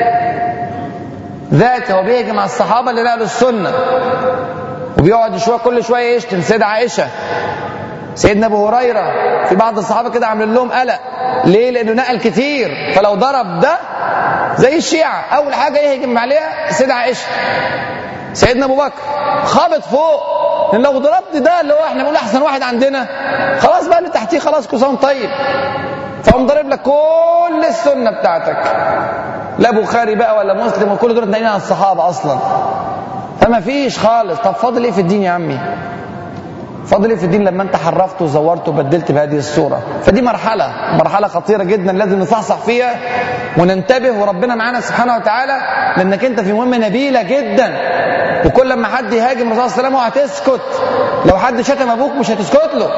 ذاته وبيهجم على الصحابة اللي نقلوا السنة، وبيقعد شوية كل شوية يشتم سيدة عائشة، سيدنا أبو هريرة. في بعض الصحابة كده عاملين لهم قلق. ليه؟ لأنه نقل كتير، فلو ضرب ده زي الشيعة أول حاجة يهجم عليها سيدة عائشة، سيدنا أبو بكر خابط فوق. لأن لو ضربت ده اللي هو احنا بنقول أحسن واحد عندنا، خلاص بقى اللي تحتيه خلاص كسان طيب، فقوم ضارب لك كل السنة بتاعتك، لا بخاري بقى ولا مسلم، وكل دول ناقلين عن الصحابة أصلا، فما فيش خالص. طب فاضل إيه في الدين يا عمي؟ فاضل إيه في الدين لما أنت حرفت وزورت وبدلت بهذه الصورة؟ فدي مرحلة مرحلة خطيرة جدا لازم نصحصح فيها وننتبه، وربنا معانا سبحانه وتعالى، لأنك أنت في مهمة نبيلة جدا. وكل لما حد يهاجم الرسول صلى الله عليه وسلم هتسكت. لو حد شتم ابوك مش هتسكت له،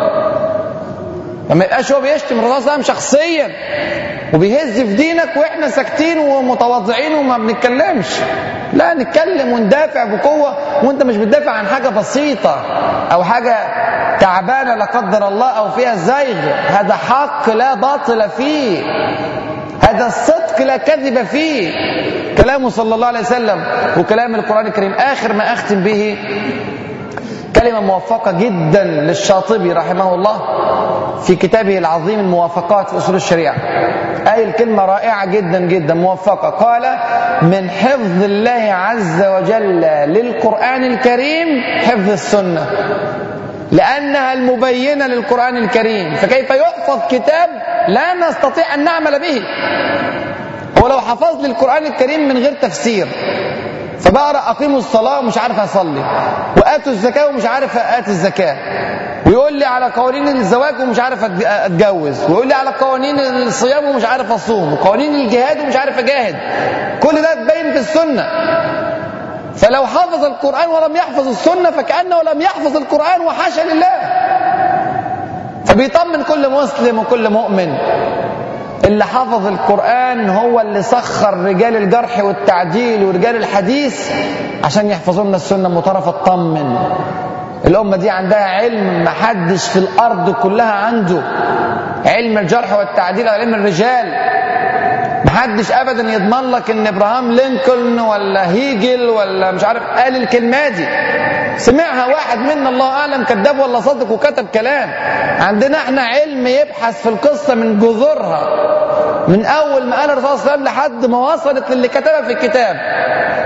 لما يبقاش هو بيشتم الرسول صلى الله عليه وسلم شخصيا وبيهز في دينك واحنا ساكتين ومتواضعين وما بنتكلمش. لا، نتكلم وندافع بقوه، وانت مش بتدافع عن حاجه بسيطه او حاجه تعبانه لا قدر الله او فيها زيغ. هذا حق لا باطل فيه، هذا الصدق لا كذب فيه، كلامه صلى الله عليه وسلم وكلام القرآن الكريم. آخر ما أختم به كلمة موفقة جدا للشاطبي رحمه الله في كتابه العظيم الموافقات في أصول الشريعة. أي الكلمة رائعة جدا جدا موفقة. قال: من حفظ الله عز وجل للقرآن الكريم حفظ السنة، لأنها المبينة للقرآن الكريم. فكيف يحفظ كتاب لا نستطيع أن نعمل به؟ ولو حفظ لي القرآن الكريم من غير تفسير، فبقرأ أقيموا الصلاة ومش عارف أصلي، وآتوا الزكاة ومش عارف آتي الزكاة، ويقول لي على قوانين الزواج ومش عارف أتجوز، ويقول لي على قوانين الصيام ومش عارف أصوم، وقوانين الجهاد ومش عارف أجاهد. كل ده تبين في السنة. فلو حفظ القرآن ولم يحفظ السنة فكأنه لم يحفظ القرآن، وحاشا لله. فبيطمن كل مسلم وكل مؤمن، اللي حفظ القرآن هو اللي سخر رجال الجرح والتعديل ورجال الحديث عشان يحفظوا لنا السنة. مطرف اطمن، الأمة دي عندها علم محدش في الأرض كلها عنده، علم الجرح والتعديل، علم الرجال. محدش أبدا يضمن لك إن إبراهام لينكولن ولا هيجل ولا مش عارف قال الكلمة دي، سمعها واحد منا الله أعلم كذاب ولا صادق وكتب كلام. عندنا احنا علم يبحث في القصة من جذورها، من أول ما قال الرسول صلى الله عليه وسلم لحد ما وصلت للي كتبها في الكتاب.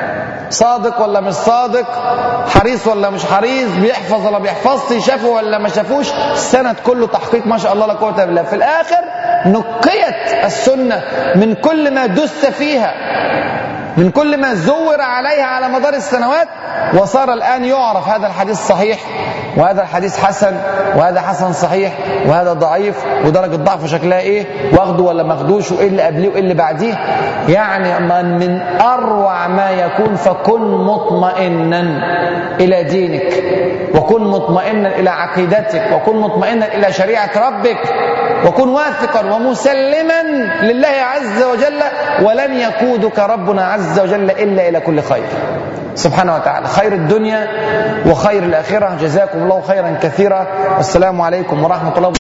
صادق ولا مش صادق، حريص ولا مش حريص، بيحفظ ولا بيحفظش، شافه ولا ما شافوش، السند كله تحقيق ما شاء الله لا قوة الا بالله. في الاخر نقيت السنة من كل ما دس فيها، من كل ما زور عليها على مدار السنوات، وصار الآن يعرف هذا الحديث صحيح وهذا الحديث حسن وهذا حسن صحيح وهذا ضعيف ودرجة ضعفه شكلها ايه، واخده ولا ماخدوش، وايه اللي قبليه وايه اللي بعديه. يعني من, من أروع ما يكون فكن مطمئنا إلى دينك، وكن مطمئنا إلى عقيدتك، وكن مطمئنا إلى شريعة ربك، وكن واثقا ومسلما لله عز وجل، ولن يقودك ربنا عز وجل إلا إلى كل خير سبحانه وتعالى، خير الدنيا وخير الآخرة. جزاكم الله خيرا كثيرا، والسلام عليكم ورحمة الله.